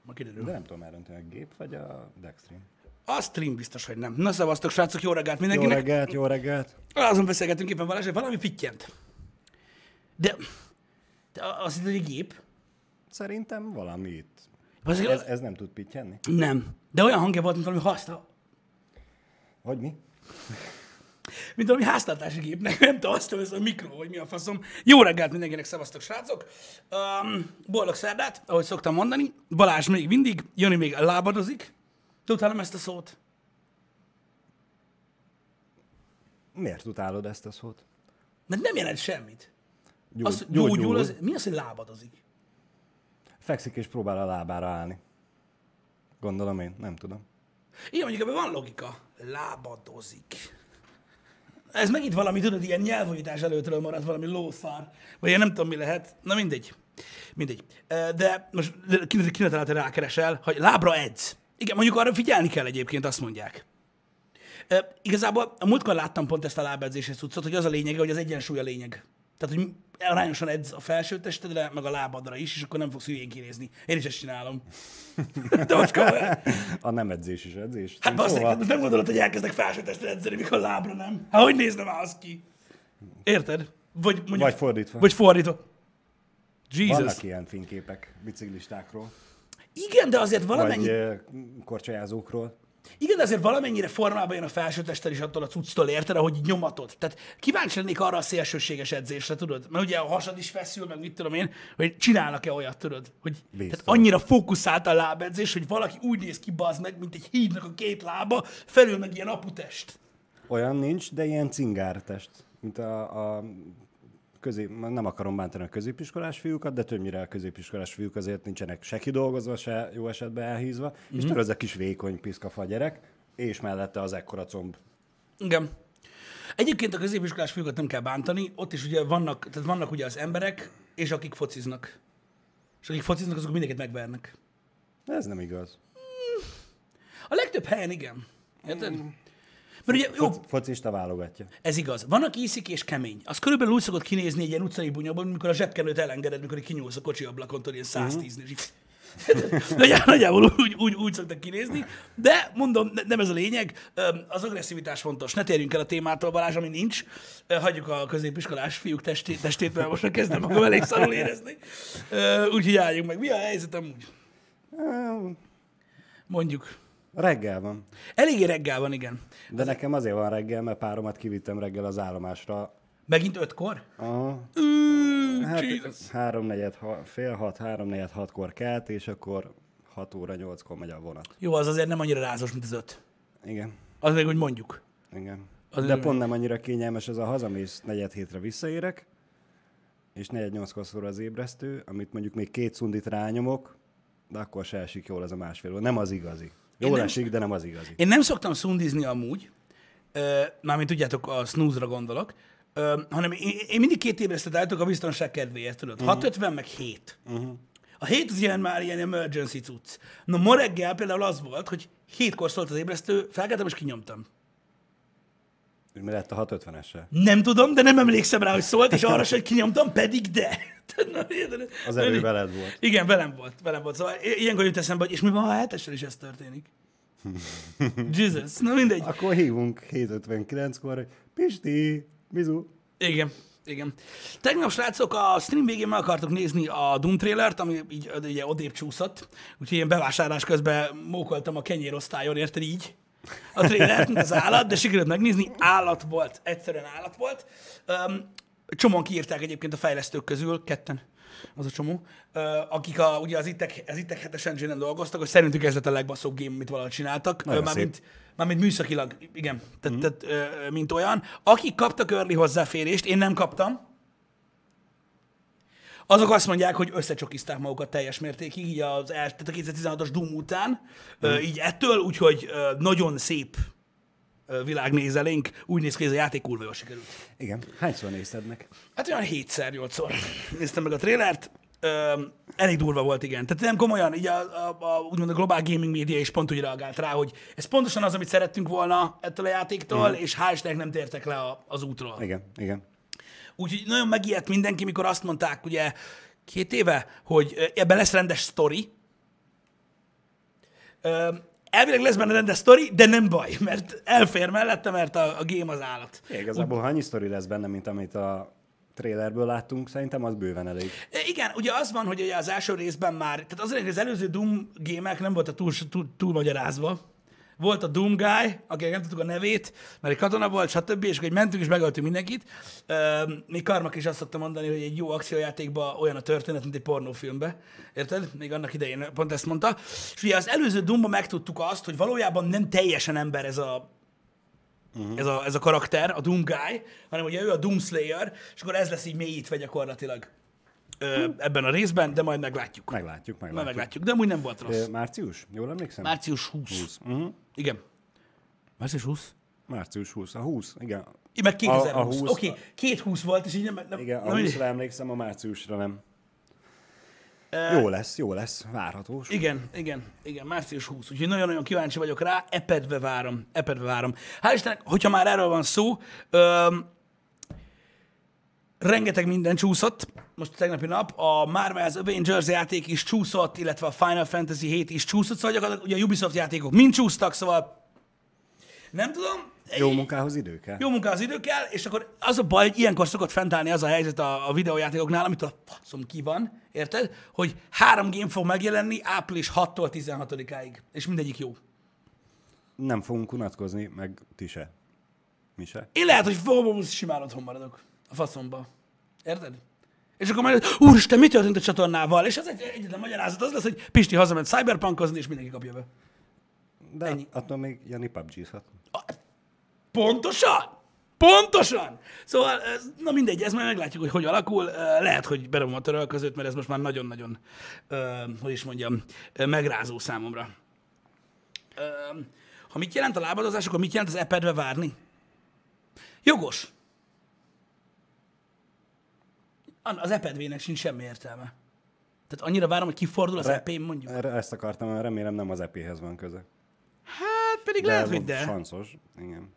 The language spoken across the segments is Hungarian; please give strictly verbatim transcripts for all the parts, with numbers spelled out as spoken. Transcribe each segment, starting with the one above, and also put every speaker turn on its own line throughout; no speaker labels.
Ma kiderül.
De nem tudom eldönteni, a gép vagy a Dextream.
A stream biztos, hogy nem. Na szavaztok, srácok, jó reggelt
Jó
mindenkinek.
reggelt, jó reggelt.
Azon beszélgetünk éppen Balázs, hogy valami pittyent. De, de az itt egy gép.
Szerintem valami itt.
Az,
Ez, ez nem tud pittyenni?
Nem. De olyan hangja volt, mint valami használ.
Hogy mi?
Mint valami háztartási gépnek. Nem tudom, azt ez a mikro, hogy mi a faszom. Jó reggelt mindenkinek, szevasztok, srácok. Um, boldog szerdát, ahogy szoktam mondani. Balázs még mindig, Jani még lábadozik. Te utálom ezt a szót?
Miért utálod ezt a szót?
Mert nem jelent semmit.
Gyógy,
Az, gyógyul, az, mi az, hogy lábadozik?
Fekszik és próbál a lábára állni. Gondolom én, nem tudom.
Igen, mondjuk ebben van logika. Lábadozik. Ez megint valami, tudod, ilyen nyelvújítás előttről maradt, valami lószár. Vagy én nem tudom, mi lehet. Na mindegy. Mindegy. De most kinek találta rákeresel, hogy lábra edz. Igen, mondjuk arra figyelni kell egyébként, azt mondják. E, igazából a múltkor láttam pont ezt a lábedzéses cuccot, hogy az a lényege, hogy az egyensúly a lényeg. Tehát, hogy arányosan edz a felső testedre, meg a lábadra is, és akkor nem fogsz hülyén kinézni. Én is ezt csinálom. De most komolyan.
A nem edzés is edzés.
Hát basszik,
Szóval-
most nem gondolod, hogy elkezdek felső testre edzeni, mikor lábra nem. Hát hogy nézne már az ki? Érted? Vagy mondjuk...
Vagy fordítva.
Vagy fordítva. Jesus.
Vannak ilyen fényképek biciklistákról.
Igen, de azért valamennyi...
Vagy eh, korcsolyázókról.
Igen, de azért valamennyire formában jön a felsőtested is attól a cucctól, érted, ahogy így nyomatod. Tehát kíváncsi lennék arra a szélsőséges edzésre, tudod? Mert ugye a hasad is feszül, meg mit tudom én, hogy csinálnak-e olyat, tudod? Hogy tehát annyira fókuszált a lábedzés, hogy valaki úgy néz ki, bazd meg, mint egy hídnak a két lába, felül meg ilyen aputest.
Olyan nincs, de ilyen cingártest. Mint a, a közép, nem akarom bántani a középiskolás fiúkat, de többnyire a középiskolás fiúk azért nincsenek se kidolgozva, se jó esetben elhízva, mm-hmm. és tudod, az a kis vékony piszkafa gyerek, és mellette az ekkora comb.
Igen. Egyébként a középiskolás fiúkat nem kell bántani, ott is ugye vannak, tehát vannak ugye az emberek, és akik fociznak. És akik fociznak, azok mindenkit megvernek.
De ez nem igaz.
A legtöbb helyen igen. Érted? Mert ugye, jó,
Foc, focista válogatja.
ez igaz. Van, aki iszik és kemény. Az körülbelül úgy szokott kinézni egy ilyen utcai bunyóban, mikor a zsebkenőt elengeded, mikor kinyúlsz a kocsi ablakon, tudod, ilyen száztíz-nél. Uh-huh. Nagyjából úgy, úgy, úgy szoktak kinézni. De mondom, ne- nem ez a lényeg. Öm, Az agresszivitás fontos. Ne térjünk el a témától, Balázs, ami nincs. Ö, Hagyjuk a középiskolás fiúk testét, testét mert most már kezdem magam elég szarul érezni. Ö, Úgyhogy álljunk meg. Mi a helyzet amúgy?
Uh,
Mondjuk.
reggel van.
Eléggé reggel van, igen.
De nekem azért van reggel, mert páromat kivittem reggel az állomásra.
Megint ötkor?
Aha.
Ú,
Hát
Jesus.
háromnegyed, ha- fél hat, háromnegyed hatkor kelt, és akkor hat óra nyolckor megy a vonat.
Jó, az azért nem annyira rázos, mint az öt.
Igen,
Az még, hogy mondjuk.
igen.
Az
De
nem-
pont nem annyira kényelmes ez a hazamész, negyed hétre visszaérek, és negyed nyolckor szól az ébresztő, amit mondjuk még két szundit rányomok, de akkor se esik jól az a másfél óra. Nem az igazi. Jól
nem-
esik, de nem az igazi.
Én nem szoktam szundizni amúgy, ö, mármint tudjátok, a snooze-ra gondolok, ö, hanem én, én mindig két ébresztőt állítok a biztonság kedvéért, tudod. Uh-huh. hat ötven meg hét. Uh-huh. A hét az ilyen már ilyen emergency cucc. Na ma reggel például az volt, hogy hétkor szólt az ébresztő, felkeltem és kinyomtam.
És mi lett a hat ötvenessel?
Nem tudom, de nem emlékszem rá, hogy szólt, és arra sem, hogy kinyomtam, pedig de. Na, érted?
Az erő veled volt.
Igen, velem volt, velem volt. Szóval i- ilyenkor jut eszembe, hogy és mi van, ha a hetessel is ez történik? Jesus, na mindegy.
Akkor hívunk hét ötvenkilenckor, hogy Pisti, bizu.
Igen, igen. Tegnap, srácok, a stream végén meg akartok nézni a Doom trailert, ami így ugye odébb csúszott, úgyhogy én bevásárlás közben mókoltam a kenyérosztályon, érted így? A trailert, mint az állat, de sikerült megnézni, állat volt, egyszerűen állat volt. Um, csomóan kiírták egyébként a fejlesztők közül, ketten, az a csomó, uh, akik a, ugye az ittek, az ittek hetes engine-en dolgoztak, hogy szerintük ez lett a legbaszóbb game, amit valahogy csináltak.
Nagyon
Uh,
szép.
Mármint mármint műszakilag, igen, tehát, mm. tehát uh, mint olyan. Akik kaptak early hozzáférést, én nem kaptam, azok azt mondják, hogy összecsokizták magukat teljes mértékig, így az el, tehát a kétezer-tizenhatos Doom után, mm. uh, így ettől, úgyhogy uh, nagyon szép uh, világnézelénk, úgy néz ki, hogy ez a játék kurva jól sikerült.
Igen. Hányszor nézted meg?
Hát olyan hétszer, nyolcszor néztem meg a trailert, uh, elég durva volt, igen. Tehát nem komolyan, így a, a, a, úgymond a globál gaming média is pont úgy reagált rá, hogy ez pontosan az, amit szerettünk volna ettől a játéktól, mm. és hál' Istennek nem tértek le a, az útról.
Igen, igen.
Úgyhogy nagyon megijedt mindenki, mikor azt mondták, ugye két éve, hogy ebben lesz rendes sztori, Ö, elvileg lesz benne rendes sztori, de nem baj, mert elfér mellette, mert a, a game az állat.
Igazából ha annyi sztori lesz benne, mint amit a trailerből láttunk, szerintem az bőven elég.
Igen, ugye az van, hogy ugye az első részben már, tehát azért, hogy az előző Doom gémek nem voltak túl, túl, túl magyarázva. Volt a Doom Guy, akinek nem tudtuk a nevét, mert egy katona volt, stb. És akkor mentünk és megöltünk mindenkit. Uh, még Karmak is azt szokta mondani, hogy egy jó akciójátékban olyan a történet, mint egy pornófilmben. Érted? Még annak idején pont ezt mondta. És ugye az előző Doomban megtudtuk azt, hogy valójában nem teljesen ember ez a Uh-huh. Ez, a, ez a karakter, a Doom Guy, hanem ugye ő a Doom Slayer, és akkor ez lesz így mélyítve gyakorlatilag ö, uh. ebben a részben, de majd meglátjuk.
Meglátjuk, meglátjuk.
Majd meglátjuk, de amúgy nem volt rossz.
Ö, március? Jól emlékszem?
Március huszadika.
húsz. Uh-huh.
Igen. Március huszadika?
Március huszadika. A húsz, igen.
Én meg kétezer-húsz.
A, a
Oké, okay, két húsz volt, és így nem... nem
igen,
nem,
a húszra emlékszem, a márciusra nem. Uh, jó lesz, jó lesz, várhatós.
Igen, igen, igen, március huszadika. Úgyhogy nagyon-nagyon kíváncsi vagyok rá, epedve várom, epedve várom. Hál' Istennek, hogyha már erről van szó, öm, rengeteg minden csúszott, most a tegnapi nap, a Marvel's Avengers játék is csúszott, illetve a Final Fantasy hét is csúszott, szóval gyakorlatilag ugye a Ubisoft játékok mind csúsztak, szóval nem tudom.
Jó munkához idő kell.
Jó munkához idő kell, és akkor az a baj, hogy ilyenkor szokott fent állni az a helyzet a, a videójátékoknál, amitől a faszom ki van, érted? Hogy három game fog megjelenni április hatodikától tizenhatodikáig, és mindegyik jó.
Nem fogunk unatkozni, meg ti se. Mi se.
Én lehet, hogy fogom, simán otthon maradok a faszomba. Érted? És akkor majd, úristen, mi történt a csatornával? És az egy, egyetlen magyarázat az lesz, hogy Pisti hazament cyberpunkozni, és mindenki kapja be.
De
Ennyi.
attól még Jani pubgizhat.
Pontosan! Pontosan! Szóval, na mindegy, ez majd meglátjuk, hogy hogy alakul. Lehet, hogy beromom a törölközőt, mert ez most már nagyon-nagyon, hogy is mondjam, megrázó számomra. Ha mit jelent a lábadozás, akkor mit jelent az epedve várni? Jogos. Az epedvének sincs semmi értelme. Tehát annyira várom, hogy kifordul az
Re-
epém, mondjuk.
Erre ezt akartam, remélem nem az epéhez van köze.
Hát pedig
De
lehet, hogy de.
Sanszos, igen.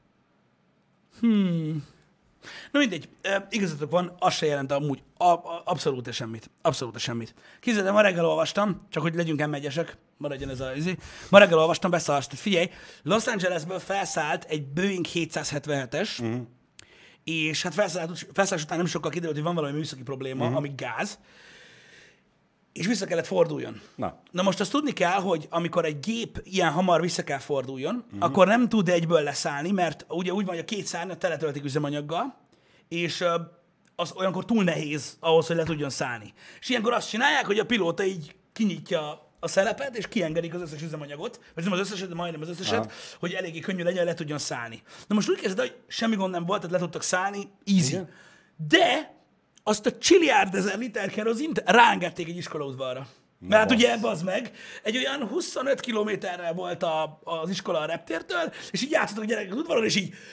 Hmm. Na mindegy, e, igazatok van, az se jelent amúgy a, a, abszolút semmit. Abszolút semmit. Képzeld, ma reggel olvastam, csak hogy legyünk em egyesek, maradjon ez a izé. Ma reggel olvastam, beszarst, figyelj, Los Angelesből felszállt egy Boeing hétszázhetvenhetes, uh-huh. és hát felszállt, felszállás után nem sokkal kiderült, hogy van valami műszaki probléma, uh-huh. ami gáz, és vissza kellett forduljon.
Na.
Na most azt tudni kell, hogy amikor egy gép ilyen hamar vissza kell forduljon, uh-huh. akkor nem tud egyből leszállni, mert ugye úgy van, hogy a két szárnyat teletöltik üzemanyaggal, és az olyankor túl nehéz ahhoz, hogy le tudjon szállni. És ilyenkor azt csinálják, hogy a pilóta így kinyitja a szelepet, és kiengedik az összes üzemanyagot, vagy nem az összeset, de majdnem az összeset, Aha. hogy eléggé könnyű legyen, le tudjon szállni. Na most úgy kezdett, hogy semmi gond nem volt, tehát le tudtak szállni, easy. Igen. De azt a csiliárd ezer liter kerozint ráengedték egy iskolaudvarra. Mert hát ugye bazd meg, egy olyan huszonöt kilométerrel volt a, az iskola a reptértől, és így játszottak a gyerekek az udvaron, és így...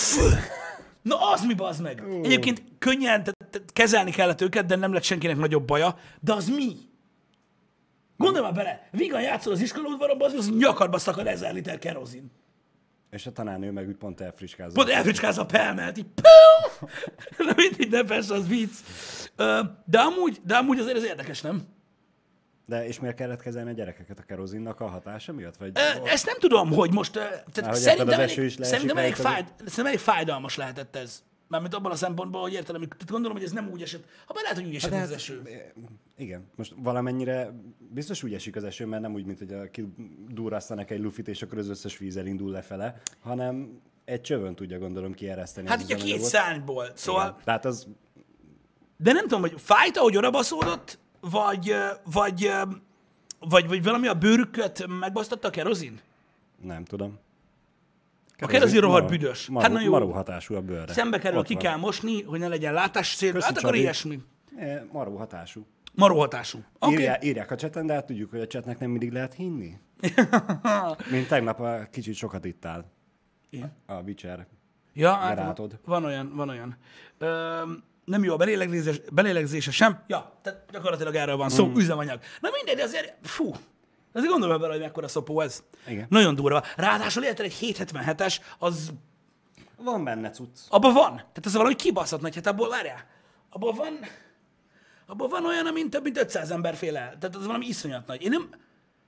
Na az mi bazd meg? Uh. Egyébként könnyen t- t- kezelni kellett őket, de nem lett senkinek nagyobb baja. De az mi? Gondolj már bele, vígan játszol az iskolaudvaron, bazd meg, az nyakadba szakad ezer liter kerozin.
És a tanárnő meg úgy pont elfricskázza.
Pont elfricskázza a pelmelt, így Na mindig, de persze, az vicc. De amúgy, de amúgy azért ez érdekes, nem?
De és miért kellett kezelni a gyerekeket a kerozinnak a hatása miatt? Vagy...
Ö, ezt nem tudom, hogy most... Tehát
Már,
szerintem,
hogy
elég, szerintem, elég fáj, szerintem elég fájdalmas lehetett ez. Mármint abban a szempontból, hogy értelem, tehát gondolom, hogy ez nem úgy esett. Ha bár lehet, hogy úgy esett hát, az eső.
Igen. Most valamennyire biztos úgy esik az eső, mert nem úgy, mint hogy kidurrasztanak egy lufit, és akkor az összes víz elindul lefele, hanem egy csövön tudja, gondolom, kiereszteni.
Hát így a két szárnyból. Szóval...
Igen. Tehát az...
De nem tudom, hogy fájta, hogy odabaszódott, vagy, vagy, vagy, vagy valami a bőrüket megbasztatta a kerozin?
Nem tudom.
A kerozin rohadt büdös.
Maró,
hát na jó.
Maró hatású a bőrre.
Szembe kerül, ki kell mosni, hogy ne legyen látásszél. Hát akkor ilyesmi.
Maró hatású.
Maró hatású. Okay.
Írják, írják a cseten, de hát tudjuk, hogy a csetnek nem mindig lehet hinni. Mint tegnap a kicsit sokat ittál.
Igen.
A Witcher.
Ja, hát van olyan, van olyan. Öm, nem jó a belélegzése, belélegzése sem. Ja, tehát gyakorlatilag erről van szó, mm. üzemanyag. Na mindegy, azért, fú, azért gondolom bele, hogy mekkora szopó ez.
Igen.
Nagyon durva. Ráadásul érted, egy hétszázhetvenhetes, az...
Van benne cucc.
Abban van. Tehát ez valami kibaszott nagy, hát abból várjál. Abban van... Abban van olyan, amint több mint ötszáz ember fél el. Tehát az valami iszonyat nagy. Én nem...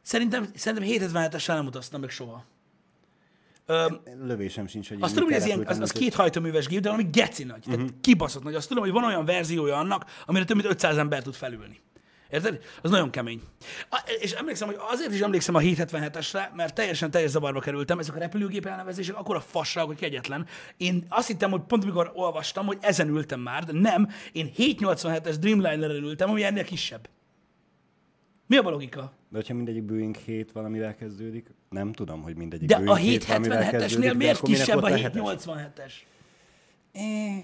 Szerintem, szerintem hétszázhetvenhetessel nem utaztam meg soha. Ö,
Lövésem sincs, hogy
azt
így
tudom, hogy ez ilyen,
repültem,
az, az
úgyhogy-
két hajtóműves gép, de valami geci nagy. Tehát uh-huh. kibaszott nagy. Azt tudom, hogy van olyan verziója annak, amire több mint ötszáz ember tud felülni. Érted? Az nagyon kemény. A, és emlékszem, hogy azért is emlékszem a hétszázhetvenhetesre, mert teljesen teljes zavarba kerültem. Ezek a repülőgép elnevezések akkora fasság, hogy kegyetlen. Én azt hittem, hogy pont amikor olvastam, hogy ezen ültem már, de nem. Én hétszáznyolcvanhetes Dreamliner-en ültem, ami ennél kisebb. Mi a logika?
De hogyha mindegyik Boeing hét valamivel kezdődik, nem tudom, hogy mindegyik
De
Boeing
a
hét valamivel
hétszázhetvenhetesnél
kezdődik, de
miért
akkor minek
kisebb
ott
a
a hetes?
hétszáznyolcvanhetes?
Eh,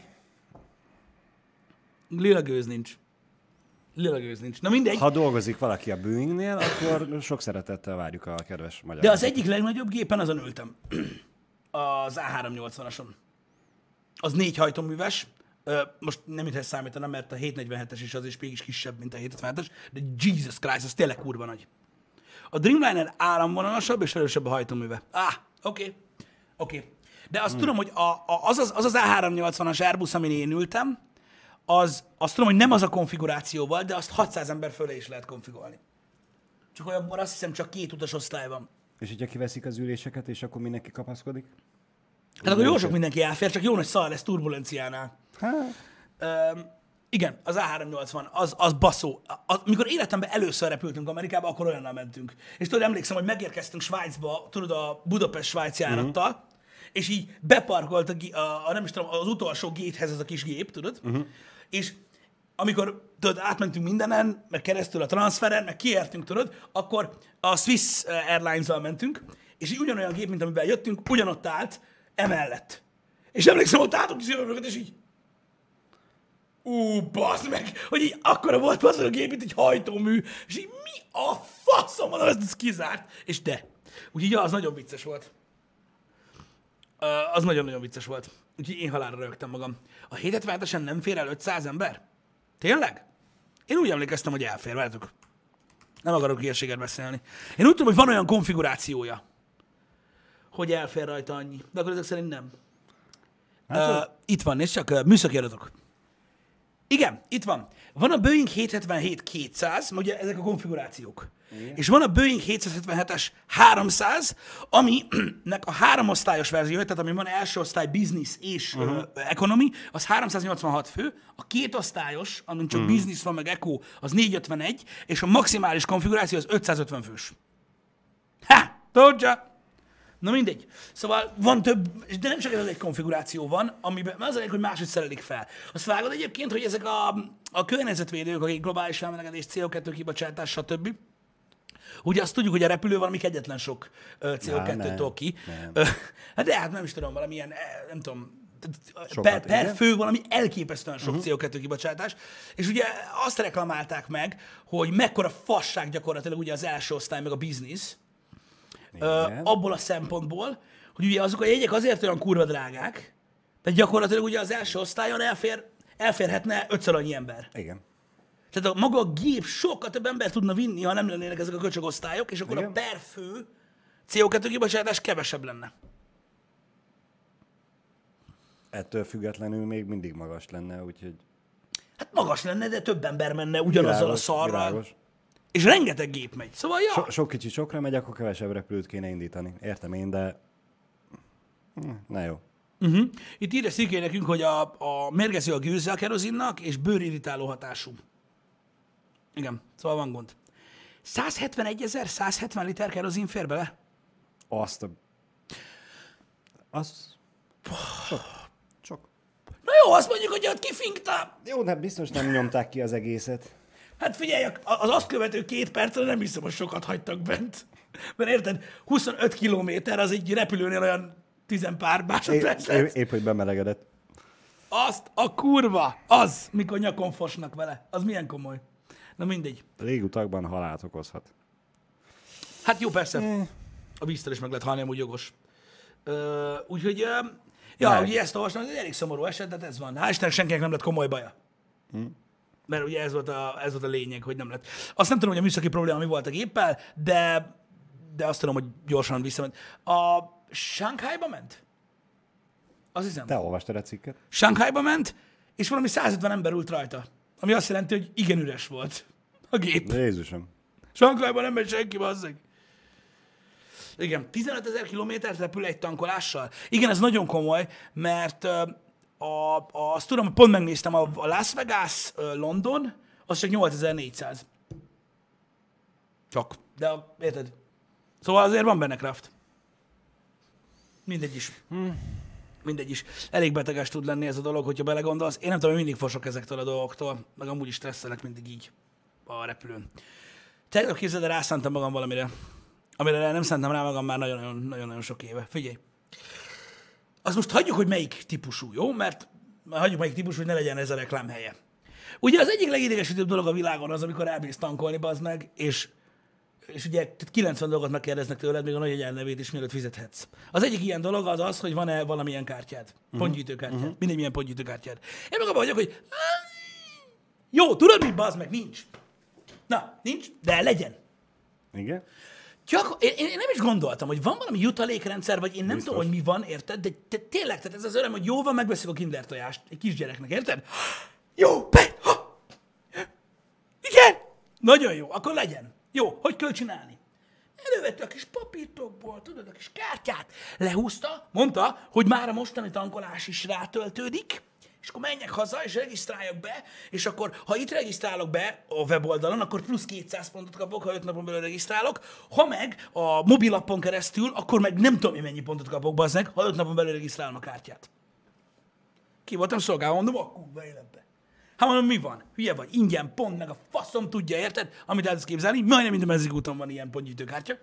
Lila gőz nincs. Lila gőz nincs. Na mindegy.
Ha dolgozik valaki a Boeingnél, akkor sok szeretettel várjuk a kedves magyar.
De az egyik legnagyobb gépen azon ültem. Az á háromszáznyolcvason. Az négy hajtóműves. Ö, Most nem itt számítanom, mert a hétszáznegyvenhetes is az is mégis kisebb, mint a hétszázhetvenhetes, de Jesus Christ, az tényleg kurva nagy. A Dreamliner áramvonalasabb és erősebb a hajtóműve. Ah, oké. Okay. Oké. Okay. De azt hmm. tudom, hogy a, a, az, az, az az á háromszáznyolcvanas Airbus, amin én ültem, az, azt tudom, hogy nem az a konfigurációval, de azt hatszáz ember fölé is lehet konfigolni. Csak olyanban azt hiszem, csak két utas osztály van.
És hogyha kiveszik az üléseket, és akkor mindenki kapaszkodik?
Hát akkor jó sok mindenki elfér, csak jó nagy szar lesz turbulenciánál.
Hát,
Üm, igen, az á háromszáznyolcvan, az, az baszó. Az, mikor életemben először repültünk Amerikába, akkor olyannal mentünk. És tudod, emlékszem, hogy megérkeztünk Svájcba, tudod, a Budapest-Svájc járattal, uh-huh. és így beparkolt a, a, a, nem is tudom, az utolsó géthez ez a kis gép, tudod? Uh-huh. És amikor tudod, átmentünk mindenen, meg keresztül a transferen, meg kiértünk, tudod, akkor a Swiss Airlines-al mentünk, és így ugyanolyan gép, mint amiben jöttünk, ugyanott állt, emellett. És emlékszem, ott álltunk is, és így ú, bassz meg, hogy így akkora volt bassz a gép, mint egy hajtómű, és így mi a faszom, mondom, ezt, ezt kizárt, és de. Úgyhogy ja, az nagyon vicces volt. Uh, az nagyon-nagyon vicces volt. Úgyhogy én halálra rögtem magam. A hétszázhetvenhetesen nem fér el ötszáz ember? Tényleg? Én úgy emlékeztem, hogy elfér, várjátok. Nem akarok hülyeséget beszélni. Én úgy tudom, hogy van olyan konfigurációja, hogy elfér rajta annyi. De akkor ezek szerint nem. Hát, uh, itt van, nézd csak, uh, műszaki adatok. Igen, itt van. Van a Boeing hétszázhetvenhét kétszáz, ugye ezek a konfigurációk. Igen. És van a Boeing hétszázhetvenhetes háromszáz, aminek a háromosztályos verzió, tehát ami van első osztály business és uh-huh. uh, economy, az háromszáznyolcvanhat fő, a két osztályos, amin csak uh-huh. business van meg eco, az négyszázötvenegy, és a maximális konfiguráció az ötszázötven fős. Ha! Tudja! Na mindegy. Szóval van több, de nem csak ez az egy konfiguráció van, amiben az egyik, hogy máshogy szerelik fel. Azt vágod egyébként, hogy ezek a, a környezetvédők, akik globális felmelegedés, cé o kettő kibocsátás, stb. Ugye azt tudjuk, hogy a repülő valami kegyetlen sok cé o kettőt tol ki. Nem. Hát de hát nem is tudom, valamilyen, nem tudom, Sokat, per, per fő valami elképesztően sok uh-huh. cé o kettő kibocsátás. És ugye azt reklamálták meg, hogy mekkora fasság gyakorlatilag ugye az első osztály, meg a business, Uh, abból a szempontból, hogy ugye azok a jegyek azért olyan kurva drágák, mert gyakorlatilag ugye az első osztályon elfér, elférhetne ötször annyi ember.
Igen.
Tehát a maga a gép sokkal több ember tudna vinni, ha nem lennének ezek a köcsög osztályok, és akkor igen. a per fő cé o kettő kibocsátás kevesebb lenne.
Ettől függetlenül még mindig magas lenne, úgyhogy...
Hát magas lenne, de több ember menne ugyanazzal
világos,
a szarral.
Világos.
És rengeteg gép megy. Szóval, ja.
So, sok kicsi sokra megy, akkor kevesebb repülőt kéne indítani. Értem én, de... Na jó.
Uh-huh. Itt írja Sziké nekünk, hogy a, a mérgező a gőze a kerozinnak, és bőrirritáló hatású. Igen, szóval van gond. százhetvenegyezer-százhetven liter kerozin fér bele?
Azt a... Az... Sok. Sok.
Na jó, azt mondjuk, hogy ott kifinkta.
Jó, de biztos nem nyomták ki az egészet.
Hát figyelj, az azt követő két percre nem hiszem, hogy sokat hagytak bent. Mert érted, huszonöt kilométer az egy repülőnél olyan tizenpár másodperc.
É, épp, hogy bemelegedett.
Azt a kurva, az, mikor nyakon fosnak vele. Az milyen komoly. Na mindegy.
Légutakban halált okozhat.
Hát jó, persze. Mm. A víztől is meg lehet halni, amúgy jogos. Ö, úgyhogy, ö, ja, ugye ezt olvastam, ez egy elég szomorú eset, de ez van. Hál' Istennek senkinek nem lett komoly baja. Mm. Mert ugye ez volt, a, ez volt a lényeg, hogy nem lett. Azt nem tudom, hogy a műszaki probléma mi volt a géppel, de, de azt tudom, hogy gyorsan visszament. A Shanghaiba ment? Azt hiszem.
Te olvastad a cikket?
Shanghaiba ment, és valami százötven ember ült rajta. Ami azt jelenti, hogy igen üres volt a gép.
Jézusom.
Shanghaiba nem megy senki, bazzeg. Igen, tizenötezer kilométert repül egy tankolással. Igen, ez nagyon komoly, mert ö, a, a, azt tudom, pont megnéztem, a, a Las Vegas, ö, London, az csak nyolcezer-négyszáz. Csak. De a, érted? Szóval azért van benne craft. Mindegy is. Hmm. Mindegy is. Elég beteges tud lenni ez a dolog, hogyha belegondolsz. Én nem tudom, hogy mindig fosok ezektől a dolgoktól, meg amúgy is stresszelek mindig így a repülőn. Tegnap képzeld, de rászántam magam valamire, amire nem szántam rá magam már nagyon-nagyon sok éve. Figyelj! Azt most hagyjuk, hogy melyik típusú, jó? Mert hagyjuk melyik típusú, hogy ne legyen ez a reklámhelye. Ugye az egyik legidegesítőbb dolog a világon az, amikor elmész tankolni, bazd meg, és és ugye kilencven dolgot megkérdeznek tőled, még a nagyanyád nevét is, mielőtt fizethetsz. Az egyik ilyen dolog az az, hogy van-e valamilyen kártyád, uh-huh. pontgyűjtőkártyád, uh-huh. mindegy milyen pontgyűjtőkártyád. Én meg abban vagyok, hogy jó, tudod mit, bazd meg, nincs. Na, nincs, de legyen.
Igen?
Csak, én, én nem is gondoltam, hogy van valami jutalékrendszer, vagy én nem
Biztos.
tudom, hogy mi van, érted? De te, tényleg, tehát ez az öröm, hogy jó van, megveszik a kinder tojást egy kisgyereknek, érted? Jó, be, ha. Igen, nagyon jó, akkor legyen. Jó, hogy kell csinálni? Elővette a kis papírtokból, tudod, a kis kártyát, lehúzta, mondta, hogy már a mostani tankolás is rátöltődik, és akkor menjek haza, és regisztráljak be, és akkor, ha itt regisztrálok be a weboldalon, akkor plusz kétszáz pontot kapok, ha öt napon belül regisztrálok, ha meg a mobilappon keresztül, akkor meg nem tudom, hogy mennyi pontot kapok, bazdmeg, ha öt napon belül regisztrálom a kártyát. Ki voltam szolgálva, mondom, akkor be életbe. Hát mondom, mi van? Hülye vagy, ingyen pont, meg a faszom tudja, érted? Amit el tudsz képzelni, majdnem minden mezőgúton van ilyen pontgyűjtőkártya.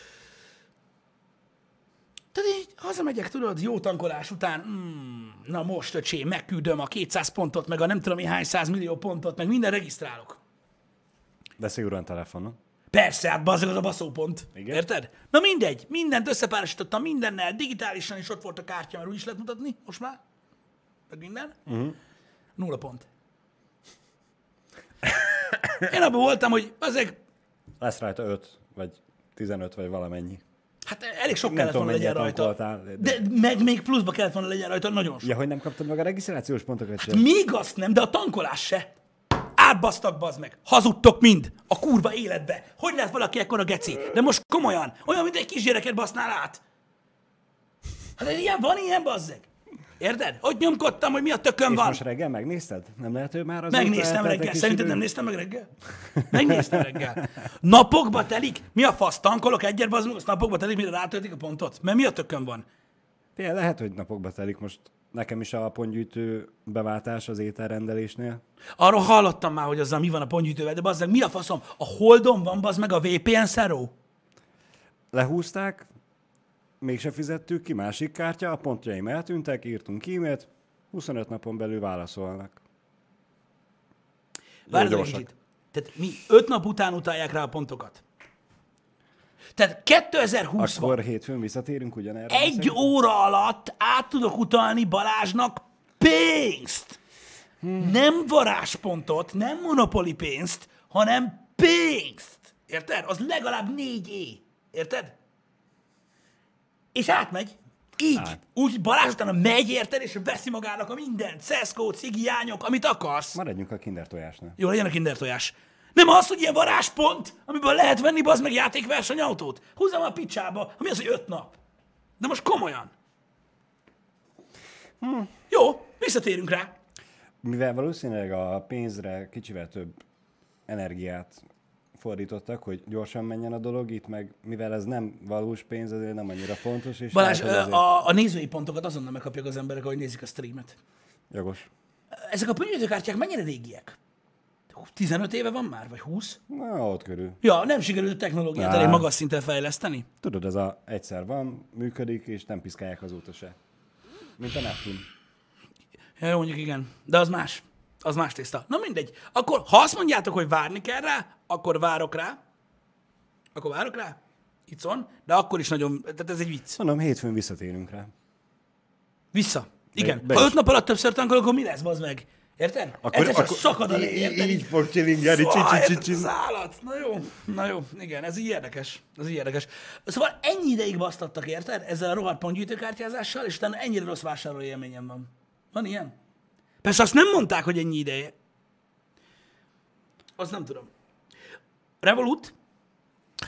Tehát így hazamegyek, tudod, jó tankolás után, mm, na most, öcsém, megküldöm a kétszáz pontot, meg a nem tudom, hány száz millió pontot, meg minden regisztrálok.
De szigorúan telefonon.
Persze, hát bazzeg az a baszópont.
Igen.
Érted? Na mindegy, mindent összepárosítottam mindennel, digitálisan is ott volt a kártya, mert úgy is lehet mutatni, most már. Meg minden. Uh-huh. Nulla pont. Én abban voltam, hogy azért...
Lesz rajta öt, vagy tizenöt, vagy valamennyi.
Hát elég sok
Nem
kellett
tudom,
volna legyen
mennyit
rajta.
tankoltál,
De... de meg még pluszba kellett volna legyen rajta nagyon sok.
Ja, hogy nem kaptad meg a regisztrációs pontokat sem?
Még azt nem, de a tankolás se. Átbasztak, bazd meg. Hazudtok mind. A kurva életbe. Hogy lehet valaki ekkora geci? De most komolyan. Olyan, mint egy kisgyereket basznál át. Hát ilyen van ilyen, bazzeg. Érted? Hogy nyomkodtam, hogy mi a tökön
És
van.
most reggel megnézted? Nem lehet, hogy már az
Megnéztem reggel. Szerinted nem néztem meg reggel? Megnéztem reggel. Napokba telik? Mi a fasz? Tankolok egyet, bazd meg, azt napokba telik, mire rátöltik a pontot? Mert mi a tökön van?
Fél, lehet, hogy napokba telik most. Nekem is a pontgyűjtő beváltás az ételrendelésnél.
Arról hallottam már, hogy azzal mi van a pontgyűjtővel, de bazd meg, mi a faszom? A Holdon van, bazd meg, a vé pé en szeró?
Lehúzták, mégse fizettük ki, másik kártya, a pontjaim eltűntek, írtunk e-mailt, huszonöt napon belül válaszolnak.
Várj egy kicsit. Tehát mi öt nap után utálják rá a pontokat. Tehát kétezer-húszban
Akkor hétfőn visszatérünk ugyanerre.
egy óra alatt át tudok utalni Balázsnak pénzt. Hmm. Nem varázspontot, nem monopoli pénzt, hanem pénzt. Érted? Az legalább négy é. Érted? És átmegy. Így. Át. Úgy Balázs utána megy, érted, és veszi magának a mindent. Szeszkó, cigi, jányok, amit akarsz.
Maradjunk a kinder tojásnál.
Jó, legyen a kinder tojás. Nem az, hogy ilyen varázspont, amiből lehet venni, bazd meg játékversenyautót. Húzzam a picsába, ami az, hogy öt nap. De most komolyan. Hmm. Jó, visszatérünk rá.
Mivel valószínűleg a pénzre kicsivel több energiát fordítottak, hogy gyorsan menjen a dolog itt, meg mivel ez nem valós pénz, azért nem annyira fontos. És
Balázs,
hát, azért...
a, a nézői pontokat azonnal megkapják az emberek, ahogy nézik a streamet.
Jogos.
Ezek a pontgyűjtőkártyák mennyire régiek? tizenöt éve van már, vagy húsz?
Na, ott körül.
Ja, nem sikerült a technológiát
Á.
elég magas szinten fejleszteni?
Tudod, ez a egyszer van, működik, és nem piszkálják azóta se. Mint a Neptun.
Ja, jó, mondjuk igen. De az más. Az más tészta. Na mindegy. Akkor, ha azt mondjátok, hogy várni kell rá, akkor várok rá. Akkor várok rá. Itt van. De akkor is nagyon... Tehát ez egy vicc.
Mondom, hétfőn visszatérünk rá.
Vissza. Igen.
Be, be
ha
is.
öt nap alatt többször tankol, akkor mi lesz, bazd meg? Érted?
Akkor,
Egyszer csak szakad a lé, érted?
Így fog csilingelni,
Szóval, az állat. Na jó, na jó, igen, ez így érdekes. Ez így érdekes. Szóval ennyi ideig basztattak, érted? Ezzel a rohadt pontgyűjtőkártyázással, és utána ennyire rossz vásárlói élményem van. Van ilyen? Persze azt nem mondták, hogy ennyi ideje. Azt nem tudom. Revolut.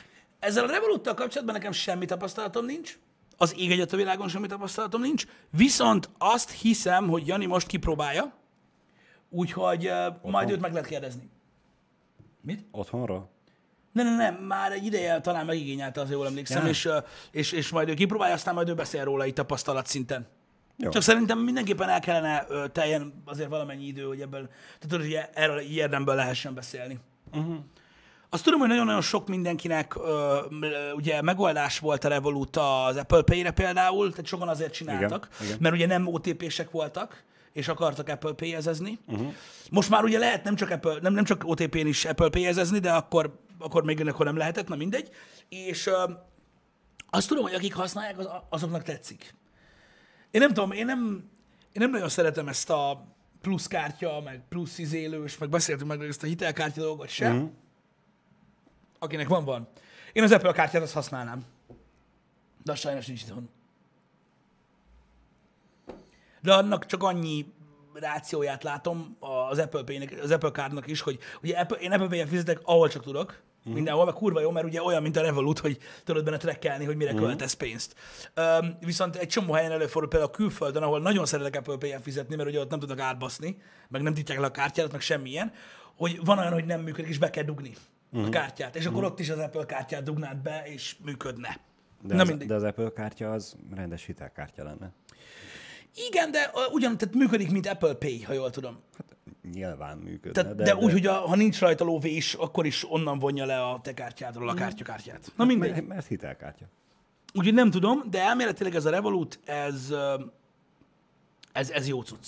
Ezzel a Revoluttal kapcsolatban nekem semmi tapasztalatom nincs. Az ég egyet a világon semmi tapasztalatom nincs. Viszont azt hiszem, hogy Jani most kipróbálja, úgyhogy uh, majd őt meg lehet kérdezni. Mit?
Otthonról?
Nem, nem, nem, már egy ideje talán megigényelte, az jól emlékszem,
Ja.
és, uh, és, és majd ő kipróbálja, aztán majd ő beszél róla itt tapasztalat szinten.
Jó.
Csak szerintem mindenképpen el kellene uh, teljen azért valamennyi idő, hogy ebből, tehát tudod, hogy erről így érdemből lehessen beszélni. Uh-huh. Azt tudom, hogy nagyon-nagyon sok mindenkinek uh, ugye megoldás volt a Revolut az Apple Pay-re például, tehát sokan azért csináltak,
Igen, igen.
mert ugye nem o té pé-sek voltak, és akartak Apple Pay-ezezni. Uh-huh. Most már ugye lehet nem csak, Apple, nem, nem csak o té pén is Apple Pay-ezezni, de akkor, akkor még akkor nem lehetett, na mindegy. És uh, azt tudom, hogy akik használják, az, azoknak tetszik. Én nem tudom, én nem, én nem nagyon szeretem ezt a plusz kártya, meg plusz izélős, meg beszéltünk meg ezt a hitelkártya dolgot sem. Uh-huh. Akinek van, van. Én az Apple kártyát azt használnám. De az sajnos nincs itthon. De annak csak annyi rációját látom az Apple Pay-nek, az Apple Cardnak is, hogy ugye Apple, én Apple Pay-en fizetek, ahol csak tudok, uh-huh. mindenhol, meg kurva jó, mert ugye olyan, mint a Revolut, hogy tudod benne trackelni, hogy mire uh-huh. költesz pénzt. Um, viszont egy csomó helyen előfordul, például a külföldön, ahol nagyon szeretek Apple Pay-en fizetni, mert ugye ott nem tudnak átbaszni, meg nem nyitják le a kártyát, meg semmilyen, hogy van olyan, hogy nem működik, és be kell dugni uh-huh. a kártyát, és uh-huh. akkor ott is az Apple kártyát dugnád be, és működne.
De,
Na
az,
mindegy.
de az Apple kártya az rendes hitelkártya lenne.
Igen, de uh, ugyan, tehát működik, mint Apple Pay, ha jól tudom.
Hát nyilván működne.
Tehát, de, de úgy, hogy a, ha nincs rajta lóvés, akkor is onnan vonja le a te kártyádról a kártyakártyát. Na mindegy.
Mert, mert hitelkártya.
Úgyhogy nem tudom, de elméletileg ez a Revolut, ez, ö, ez, ez jó cucc.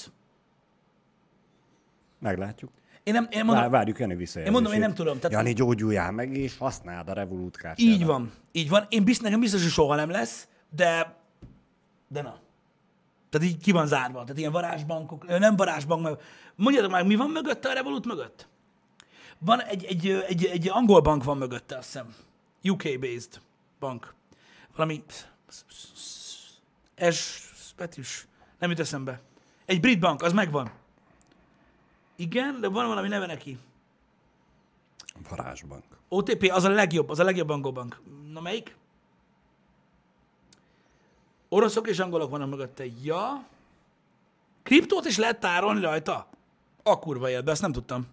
Meglátjuk.
Én nem, én mondom,
Vár, várjuk Jani visszajelzését.
Én mondom, én nem tudom. Tehát
Jani, gyógyuljál meg, és használd a Revolut kártyát.
így van, így van. Én biztos, nekem biztos, hogy soha nem lesz, de, de na. Tehát így ki van zárva. Tehát ilyen varázsbankok, nem varázsbank, mert mondjátok már, mi van mögötte a Revolut mögött? Van egy, egy, egy, egy angol bank van mögötte, azt hiszem. u ká-based bank. Valami S betűs. Nem jut eszembe. Egy brit bank, az megvan. Igen, de van valami neve neki.
Varázsbank.
o té pé az a legjobb, az a legjobb angol bank. Na melyik? Oroszok és angolok vannak mögötte. Ja. Kriptót is lehet tárolni rajta? A kurva életbe, ezt nem tudtam.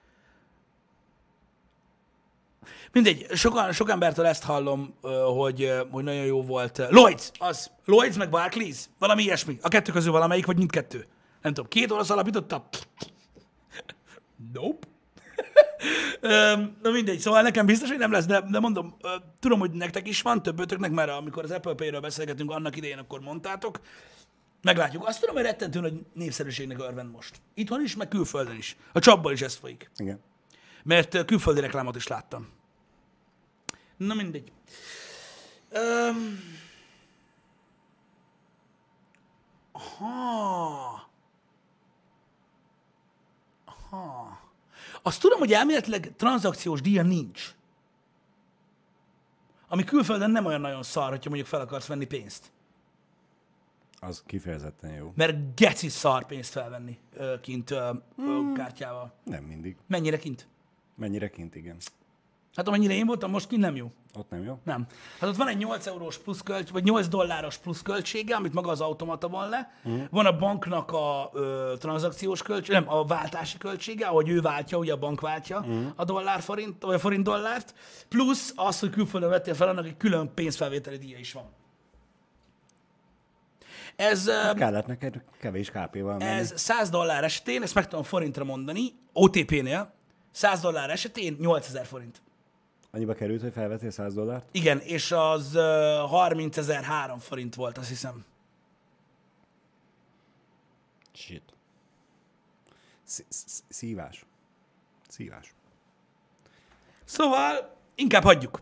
Mindegy, sokan, sok embertől ezt hallom, hogy, hogy nagyon jó volt. Lloyds, az. Lloyds meg Barclays, valami ilyesmi. A kettő közül valamelyik, vagy mindkettő. Nem tudom, két orosz alapította? Nope. Na mindegy, szóval nekem biztos, hogy nem lesz, de, de mondom, tudom, hogy nektek is van, többötöknek, mert amikor az Apple Pay-ről beszélgetünk annak idején, akkor mondtátok. Meglátjuk. Azt tudom, hogy rettentően nagy népszerűségnek örvend most. Itthon is, meg külföldön is. A csapban is ez folyik.
Igen.
Mert külföldi reklámot is láttam. Na mindegy. Um... Aha. Aha. Azt tudom, hogy elméletileg tranzakciós díja nincs. Ami külföldön nem olyan nagyon szar, hogyha mondjuk fel akarsz venni pénzt.
Az kifejezetten jó.
Mert geci szar pénzt felvenni ö, kint ö, hmm. kártyával.
Nem mindig.
Mennyire kint?
Mennyire kint, igen.
Hát amennyire én voltam, most kint nem jó.
Ott nem jó?
Nem. Hát ott van egy nyolc eurós pluszköltség, vagy nyolc dolláros pluszköltsége, amit maga az automata van le. Mm. Van a banknak a ö, tranzakciós költsége, nem, a váltási költsége, ahogy ő váltja, ugye a bank váltja mm. a dollár forint, vagy a forint dollárt. Plusz az, hogy külföldön vettél fel, annak egy külön pénzfelvételi díja is van. Ez,
Hát kellett neked kevés ká péval menni.
ez száz dollár esetén, ezt meg tudom forintra mondani, o té pé-nél, száz dollár esetén nyolcezer forint.
Annyiba került, hogy felvettél száz dollárt?
Igen, és az uh, harmincezer-három forint volt, azt hiszem.
Shit. Szívás. Szívás.
Szóval inkább hagyjuk.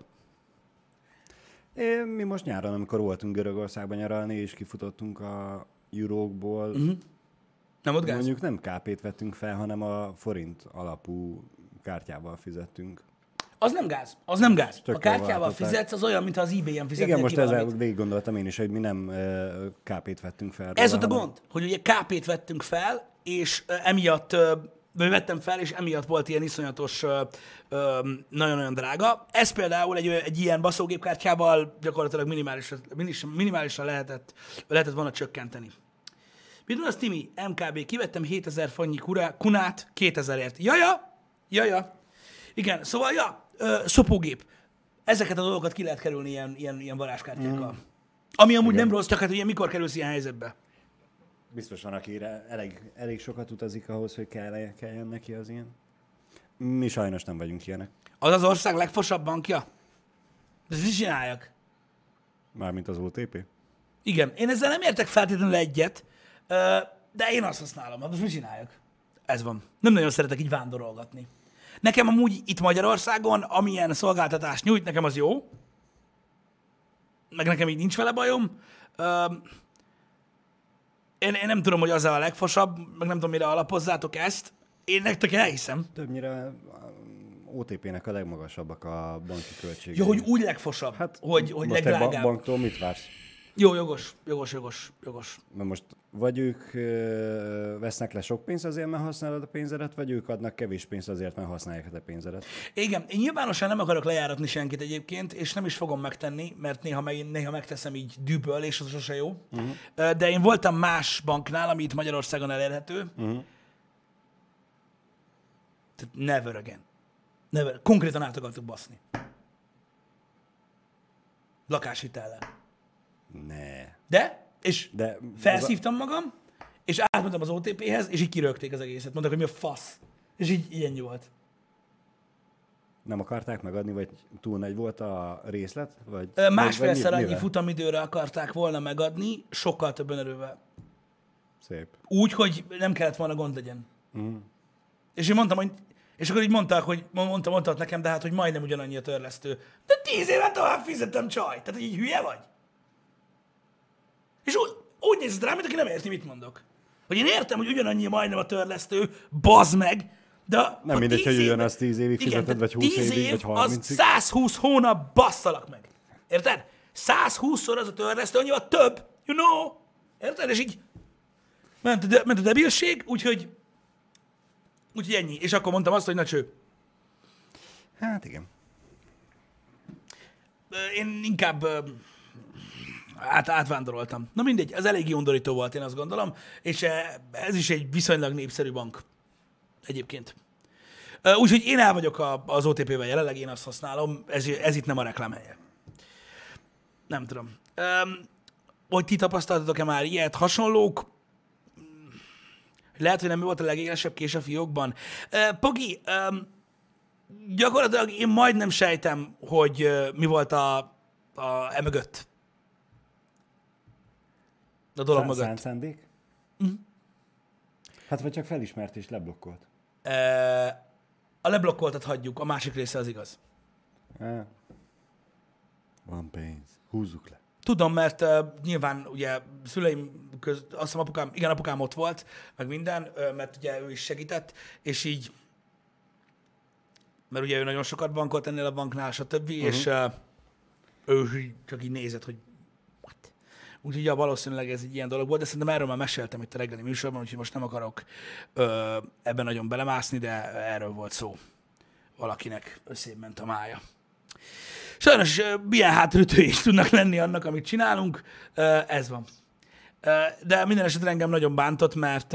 É, mi most nyáron, amikor voltunk Görögországban nyaralni, és kifutottunk a eurókból,
Uh-huh. Nem ott gáz?
mondjuk nem ká pét vettünk fel, hanem a forint alapú kártyával fizettünk.
Az nem gáz. Az nem gáz.
Tök
A kártyával
váltották.
fizetsz, az olyan, mintha az eBay-en fizetnél
Igen, most
ki
ezzel
valamit.
végig gondoltam én is, hogy mi nem uh, ká pét vettünk fel.
Ez
róla,
volt a
hanem-
gond, hogy ugye ká pét vettünk fel, és uh, emiatt uh, vagy vettem fel, és emiatt volt ilyen iszonyatos, ö, ö, nagyon-nagyon drága. Ez például egy, egy ilyen baszógépkártyával gyakorlatilag minimálisra, minimálisra, minimálisra lehetett, lehetett volna csökkenteni. Mit mondasz, Timi? em ká bé, kivettem hétezer fonnyi kurá, kunát kétezerért. Jaja, jaja. Igen, szóval, ja, ö, szopógép. Ezeket a dolgokat ki lehet kerülni ilyen, ilyen, ilyen varázskártyákkal. Mm. Ami amúgy Igen. nem rossz, csak hát ugye mikor kerülsz ilyen helyzetbe?
Biztos van, akire elég, elég sokat utazik ahhoz, hogy kell, kelljen neki az ilyen. Mi sajnos nem vagyunk ilyenek.
Az az ország legfosabb bankja? Ezt is csináljak.
Mármint az o té pé?
Igen, én ezzel nem értek feltétlenül egyet, de én azt használom. Hát most mit csináljak? Ez van. Nem nagyon szeretek így vándorolgatni. Nekem amúgy itt Magyarországon, amilyen szolgáltatást nyújt, nekem az jó. Meg nekem így nincs vele bajom. Én, én nem tudom, hogy az a legfosabb, meg nem tudom, mire alapozzátok ezt. Én nektek elhiszem.
Többnyire o té pének a legmagasabbak a banki költségek.
Jó, hogy úgy legfosabb, hát, hogy, hogy
most
legdrágább.
Most banktól mit vársz?
Jó, jogos, jogos, jogos, jogos.
Na most vagy ők ö, vesznek le sok pénzt azért, mert használod a pénzedet, vagy ők adnak kevés pénzt azért, mert használják a te pénzedet.
Igen, én nyilvánosan nem akarok lejáratni senkit egyébként, és nem is fogom megtenni, mert néha, meg, néha megteszem így dűből, és az sose jó. Uh-huh. De én voltam más banknál, ami itt Magyarországon elérhető. Uh-huh. Tehát never again. Never. Konkrétan át akartuk baszni. Lakáshitellel.
Ne.
De? És
De
felszívtam magam, és átmentem az o té péhez, és így kirögték az egészet. Mondták, hogy mi a fasz. És így ilyen volt.
Nem akarták megadni, vagy túl nagy volt a részlet? Vagy,
Másfélszer annyi futamidőre akarták volna megadni, sokkal több önerővel.
Szép.
Úgy, hogy nem kellett volna gond legyen. Mm. És én mondtam, hogy és akkor így mondták, hogy mondta, mondtad nekem, de hát, hogy majdnem ugyanannyi a törlesztő. De tíz éve tovább fizettem, csaj. Tehát, hogy így hülye vagy? És úgy, úgy nézett rám, mint aki nem érti, mit mondok. Hogy én értem, hogy ugyanannyi majdnem a törlesztő, bazd meg, de...
Nem mindegy, hogy ugyanaz tíz évig fizeted, vagy húsz évig,
év,
vagy harmincig.
Az százhúsz hónap, basszalak meg. Érted? százhúszszor az a törlesztő, annyival több. You know? Érted? És így ment a, de, ment a debilség, úgyhogy úgyhogy ennyi. És akkor mondtam azt, hogy na cső.
Hát igen.
Én inkább át, átvándoroltam. Na mindegy, ez eléggé undorító volt, én azt gondolom, és ez is egy viszonylag népszerű bank egyébként. Úgyhogy én el vagyok a, az o té pével jelenleg, én azt használom, ez, ez itt nem a reklámhelye. Nem tudom. Hogy ti tapasztaltatok-e már ilyet, hasonlók? Lehet, hogy nem volt a legégesebb kés a fiókban. Pogi, gyakorlatilag én majdnem sejtem, hogy mi volt a, a emögött. A dolog mögött.
Szánt szándék? Mm. Hát vagy csak felismert és leblokkolt?
E, a leblokkoltat hagyjuk, a másik része az igaz.
E. Van pénz, húzzuk le.
Tudom, mert uh, nyilván ugye szüleim köz, azt hiszem apukám, igen, apukám ott volt, meg minden, uh, mert ugye ő is segített, és így, mert ugye ő nagyon sokat bankolt ennél a banknál, stb., uh-huh. és uh, ő csak így nézett, hogy what? Úgyhogy ja, valószínűleg ez egy ilyen dolog volt, de szerintem erről már meséltem itt a reggeli műsorban, úgyhogy most nem akarok uh, ebben nagyon belemászni, de erről volt szó. Valakinek összébb ment a mája. Sajnos milyen hátulütői is tudnak lenni annak, amit csinálunk, ez van. De minden esetre engem nagyon bántott, mert,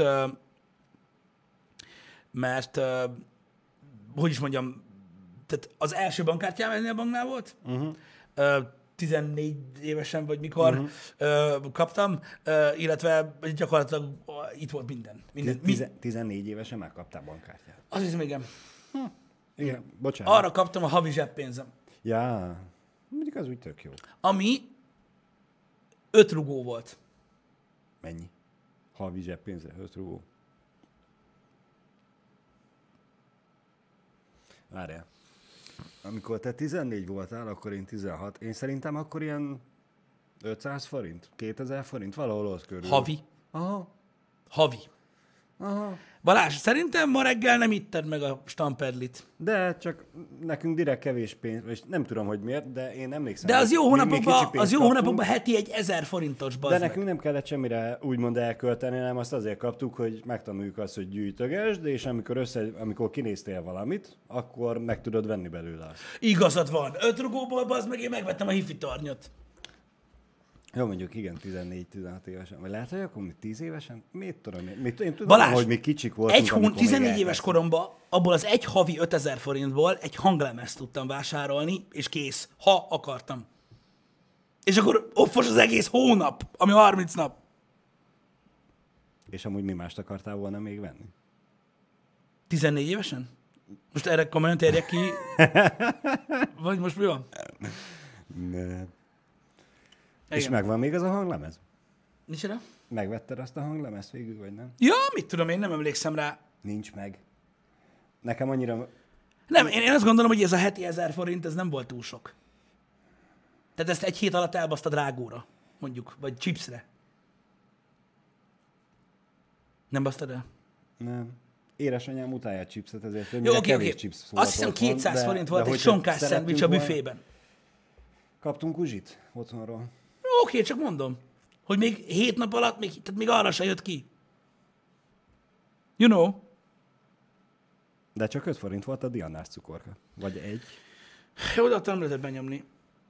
mert hogy is mondjam, tehát az első bankkártyám ennél a banknál volt, uh-huh. tizennégy évesen vagy mikor uh-huh. kaptam, illetve gyakorlatilag itt volt minden. minden.
Tize- tizennégy évesen már kaptál bankkártyát?
Azt hiszem, igen.
Hm. Igen, bocsánat.
Arra kaptam a havi zseppénzem.
Ja, mondjuk az úgy tök jó.
Ami öt rugó volt.
Mennyi? Havi zseppénzre, öt rugó. Várjál. Amikor te tizennégy voltál, akkor én tizenhat. Én szerintem akkor ilyen ötszáz forint, kétezer forint, valahol ott körül.
Havi.
Aha.
Havi.
Aha.
Balázs, szerintem ma reggel nem itted meg a stamperlit.
De csak nekünk direkt kevés pénz, és nem tudom, hogy miért, de én emlékszem.
De az jó
mi- mi
hónapokban,
kicsi pénzt
az jó
kaptunk,
hónapokban heti egy ezer forintos, bazd
de
meg.
nekünk nem kellett semmire úgymond elkölteni, hanem azt azért kaptuk, hogy megtanuljuk azt, hogy gyűjtögesd, és amikor, össze, amikor kinéztél valamit, akkor meg tudod venni belőle azt.
Igazad van. Öt rugóból, bazd meg, én megvettem a hifi tornyot.
Jó, mondjuk igen, tizennégy-tizenhat évesen. Vagy lehet, hogy akkor mi tíz évesen? Mit tudom én? Mit, én tudom,
Balázs,
hogy mi kicsik voltunk,
Egy hón,
amikor még
tizennégy éves
elkezdtünk.
koromban abból az egy havi ötezer forintból egy hanglemezt tudtam vásárolni, és kész, ha akartam. És akkor offos az egész hónap, ami harminc nap.
És amúgy mi mást akartál volna még venni?
tizennégy évesen? Most erre komolyan térjek ki? Vagy most mi van?
Ne. És
Igen.
megvan még az a hanglemez?
Micsoda?
Megvetted azt a hanglemezt végül, vagy nem?
Ja, mit tudom, én nem emlékszem rá.
Nincs meg. Nekem annyira...
Nem, én, én azt gondolom, hogy ez a heti ezer forint, ez nem volt túl sok. Tehát ezt egy hét alatt elbasztad rágóra, mondjuk, vagy chipsre. Nem basztad el?
Nem. Édesanyám utálja a chipset, ezért
Jó,
többnyire
oké,
kevés
oké.
chips volt
Azt hiszem
otthon,
kétszáz
de-
forint
de
volt egy
hogyha
sonkás
szerettünk
szendvics a
volna-
büfében.
Kaptunk uzsit otthonról.
Jó, oké, csak mondom, hogy még hét nap alatt, még, tehát még arra se jött ki. You know?
De csak öt forint volt a Dianás cukorka. Vagy egy.
Jó, de ott nem lehetett benyomni.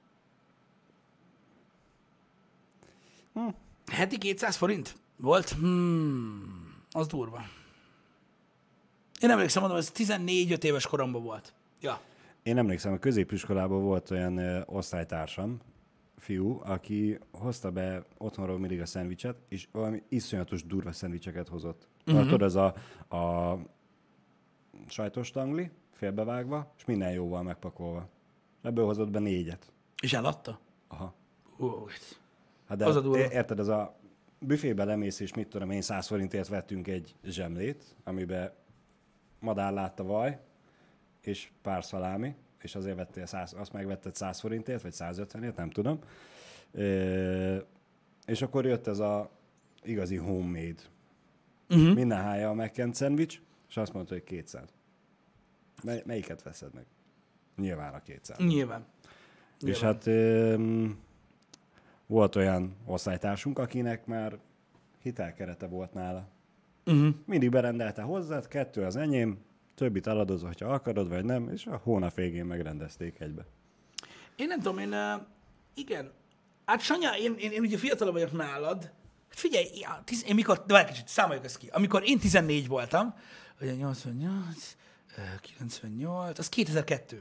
Hm.
Heti kétszáz forint volt? Hmm, az durva. Én emlékszem, mondom, ez tizennégy-öt éves koromban volt. Ja.
Én emlékszem, a középiskolában volt olyan ö, osztálytársam, fiú, aki hozta be otthonról mindig a szendvicset, és valami iszonyatos durva szendvicseket hozott. Uh-huh. Tudod, ez a, a sajtos tangli, félbevágva, és minden jóval megpakolva. Ebből hozott be négyet.
És eladta?
Aha.
Ó,
Hát de
Az a durva.
é- érted, ez a büfébe lemész, és mit tudom én, száz forintért vettünk egy zsemlét, amiben madárlátta vaj, és pár szalámi, és azért vettél száz, azt megvetted száz forintért, vagy száz ötvenért, nem tudom. Ö, és akkor jött ez a igazi homemade. Uh-huh. Minden hája a McCann szendvics, és azt mondta, hogy kétszáz. Mely, melyiket veszed meg? Nyilván a kétszáz.
Nyilván.
És
Nyilván.
hát ö, volt olyan osztálytársunk, akinek már hitelkerete volt nála.
Uh-huh.
Mindig berendelte hozzád, kettő az enyém, többit eladod, hogyha akarod, vagy nem, és a hónap végén megrendezték egybe.
Én nem tudom, én... Uh, igen. Hát Sanya, én, én, én ugye fiatalabb vagyok nálad. Hát figyelj, ja, tiz, én mikor... De várj kicsit, számoljuk ezt ki. Amikor én tizennégy voltam, ugye nyolcvannyolc, kilencvennyolc, az kétezer-kettő.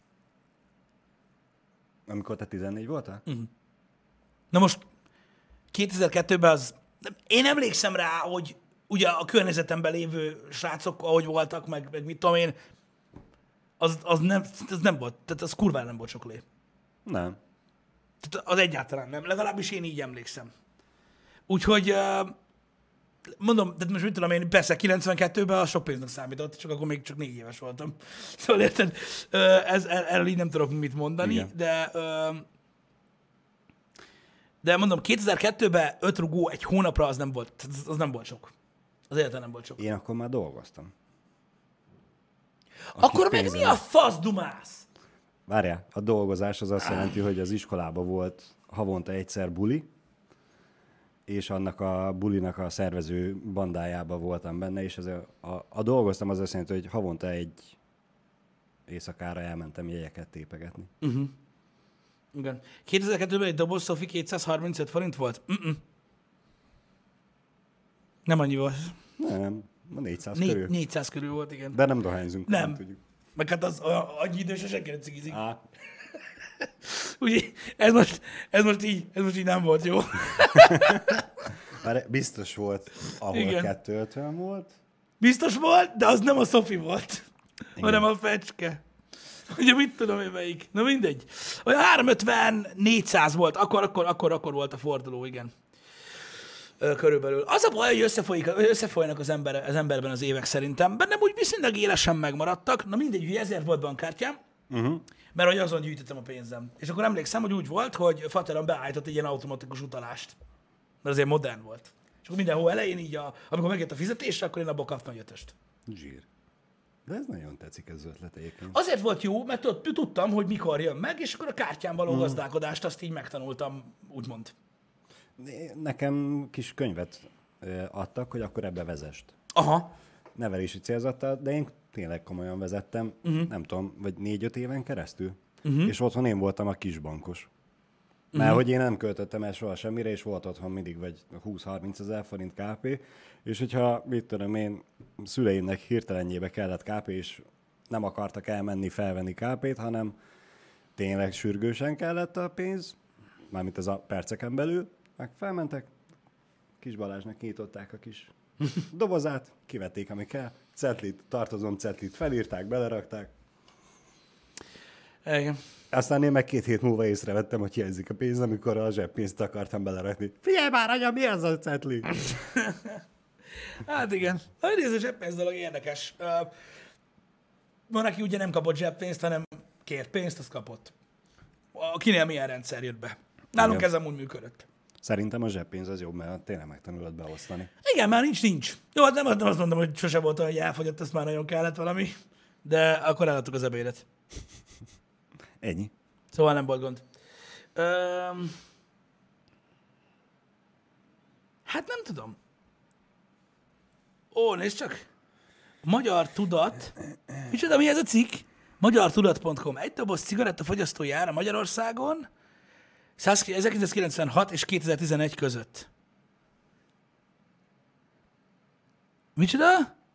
Amikor te tizennégy voltál?
Mm. Na most kétezer-kettőben az... Én emlékszem rá, hogy ugye a környezetemben lévő srácok, ahogy voltak, meg, meg mit tudom én, az, az, nem, az nem volt, tehát az kurvára nem volt sok lé.
Nem.
Tehát az egyáltalán nem, legalábbis én így emlékszem. Úgyhogy uh, mondom, tehát most mit tudom én, persze kilencvenkettőben az sok pénznek számított, csak akkor még csak négy éves voltam. Szóval érted, uh, ez, erről így nem tudok mit mondani,
Igen.
de uh, de mondom, kétezer-kettőben öt rugó egy hónapra az nem volt, az, az nem volt sok. Az egyáltalán nem volt sok.
Én akkor már dolgoztam.
Akkor meg
pénze
mi a fasz dumász?
Várjál, a dolgozás az azt jelenti, hogy az iskolában volt havonta egyszer buli, és annak a bulinak a szervező bandájában voltam benne, és az a, a, a dolgoztam az azt jelenti, hogy havonta egy éjszakára elmentem jegyeket tépegetni.
Uh-huh. Igen. kétezer-kettőben egy doboz Sofi kétszázharmincöt forint volt? Mm-mm. Nem annyi volt.
Nem, a négyszáz
Né-
körül.
négyszáz körül volt, igen.
De nem dohányzunk.
Nem.
tudjuk.
Meg hát az olyan annyi idős, senki nem cigizik.
Á,
Úgyhogy ez most, ez most így, ez most így nem volt jó.
már biztos volt, ahol
Igen.
kettőötven volt.
Biztos volt, de az nem a Sofi volt,
Igen.
hanem a fecske. Ugye mit tudom én melyik? Na mindegy. Olyan háromszázötven négyszáz volt, akkor, akkor, akkor, akkor volt a forduló, igen. Ö, körülbelül. Az a baj, hogy összefolyik, összefolynak az, ember, az emberben az évek szerintem. Bennem úgy viszonylag élesen megmaradtak. Na mindegy, hogy ezért volt bankkártyám,
Uh-huh.
mert hogy azon gyűjtöttem a pénzem. És akkor emlékszem, hogy úgy volt, hogy Fateron beállított egy ilyen automatikus utalást. Mert azért modern volt. És akkor minden hó elején így, a, amikor megjött a fizetésre, akkor én abból kaptam egy ötöst.
Zsír. De ez nagyon tetszik, ez az ötlet egyébként.
Azért volt jó, mert tud- tudtam, hogy mikor jön meg, és akkor a kártyán való hmm. gazdálkodást azt így megtanultam, úgymond.
Nekem kis könyvet adtak, hogy akkor ebbe vezest.
Aha.
Nevelési célzattal, de én tényleg komolyan vezettem, uh-huh. nem tudom, vagy négy-öt éven keresztül. Uh-huh. És otthon én voltam a kisbankos. Mert uh-huh. hogy én nem költöttem el soha semmire, és volt otthon mindig vagy húsz-harminc ezer forint ká pé, és hogyha, mit tudom én, szüleimnek hirtelenjébe kellett ká pé, és nem akartak elmenni felvenni ká pét, hanem tényleg sürgősen kellett a pénz, mármint ez a perceken belül, meg felmentek, Kis Balázsnak nyitották a kis dobozát, kivették, ami kell, cetlit, tartozom cetlit, felírták, belerakták.
Igen.
Aztán én meg két hét múlva észrevettem, hogy hiányzik a pénz, amikor a zseppénzt akartam belerakni. Figyelj már, anya, mi az a cetli?
Hát igen. Ez a zseppénz dolog érdekes. Van, aki ugye nem kapott zseppénzt, hanem kért pénzt, azt kapott. Kinél milyen rendszer jött be. Nálunk igen. Ez amúgy működött.
Szerintem a zseppénz az jobb, mert tényleg megtanulod beosztani.
Igen, már nincs, nincs. Jó, hát nem, nem azt mondom, hogy sose volt olyan, hogy elfogyott, ezt már nagyon kellett valami, de akkor eladtuk az ebédet.
Ennyi.
Szóval nem volt gond. Öm... Hát nem tudom. Ó, nézd csak. Magyar Tudat. Micsoda, mi ez a cikk? magyartudat pont com. Egy doboz cigaretta fogyasztói ára Magyarországon ezerkilencszázkilencvenhat és kétezer-tizenegy között. Micsoda?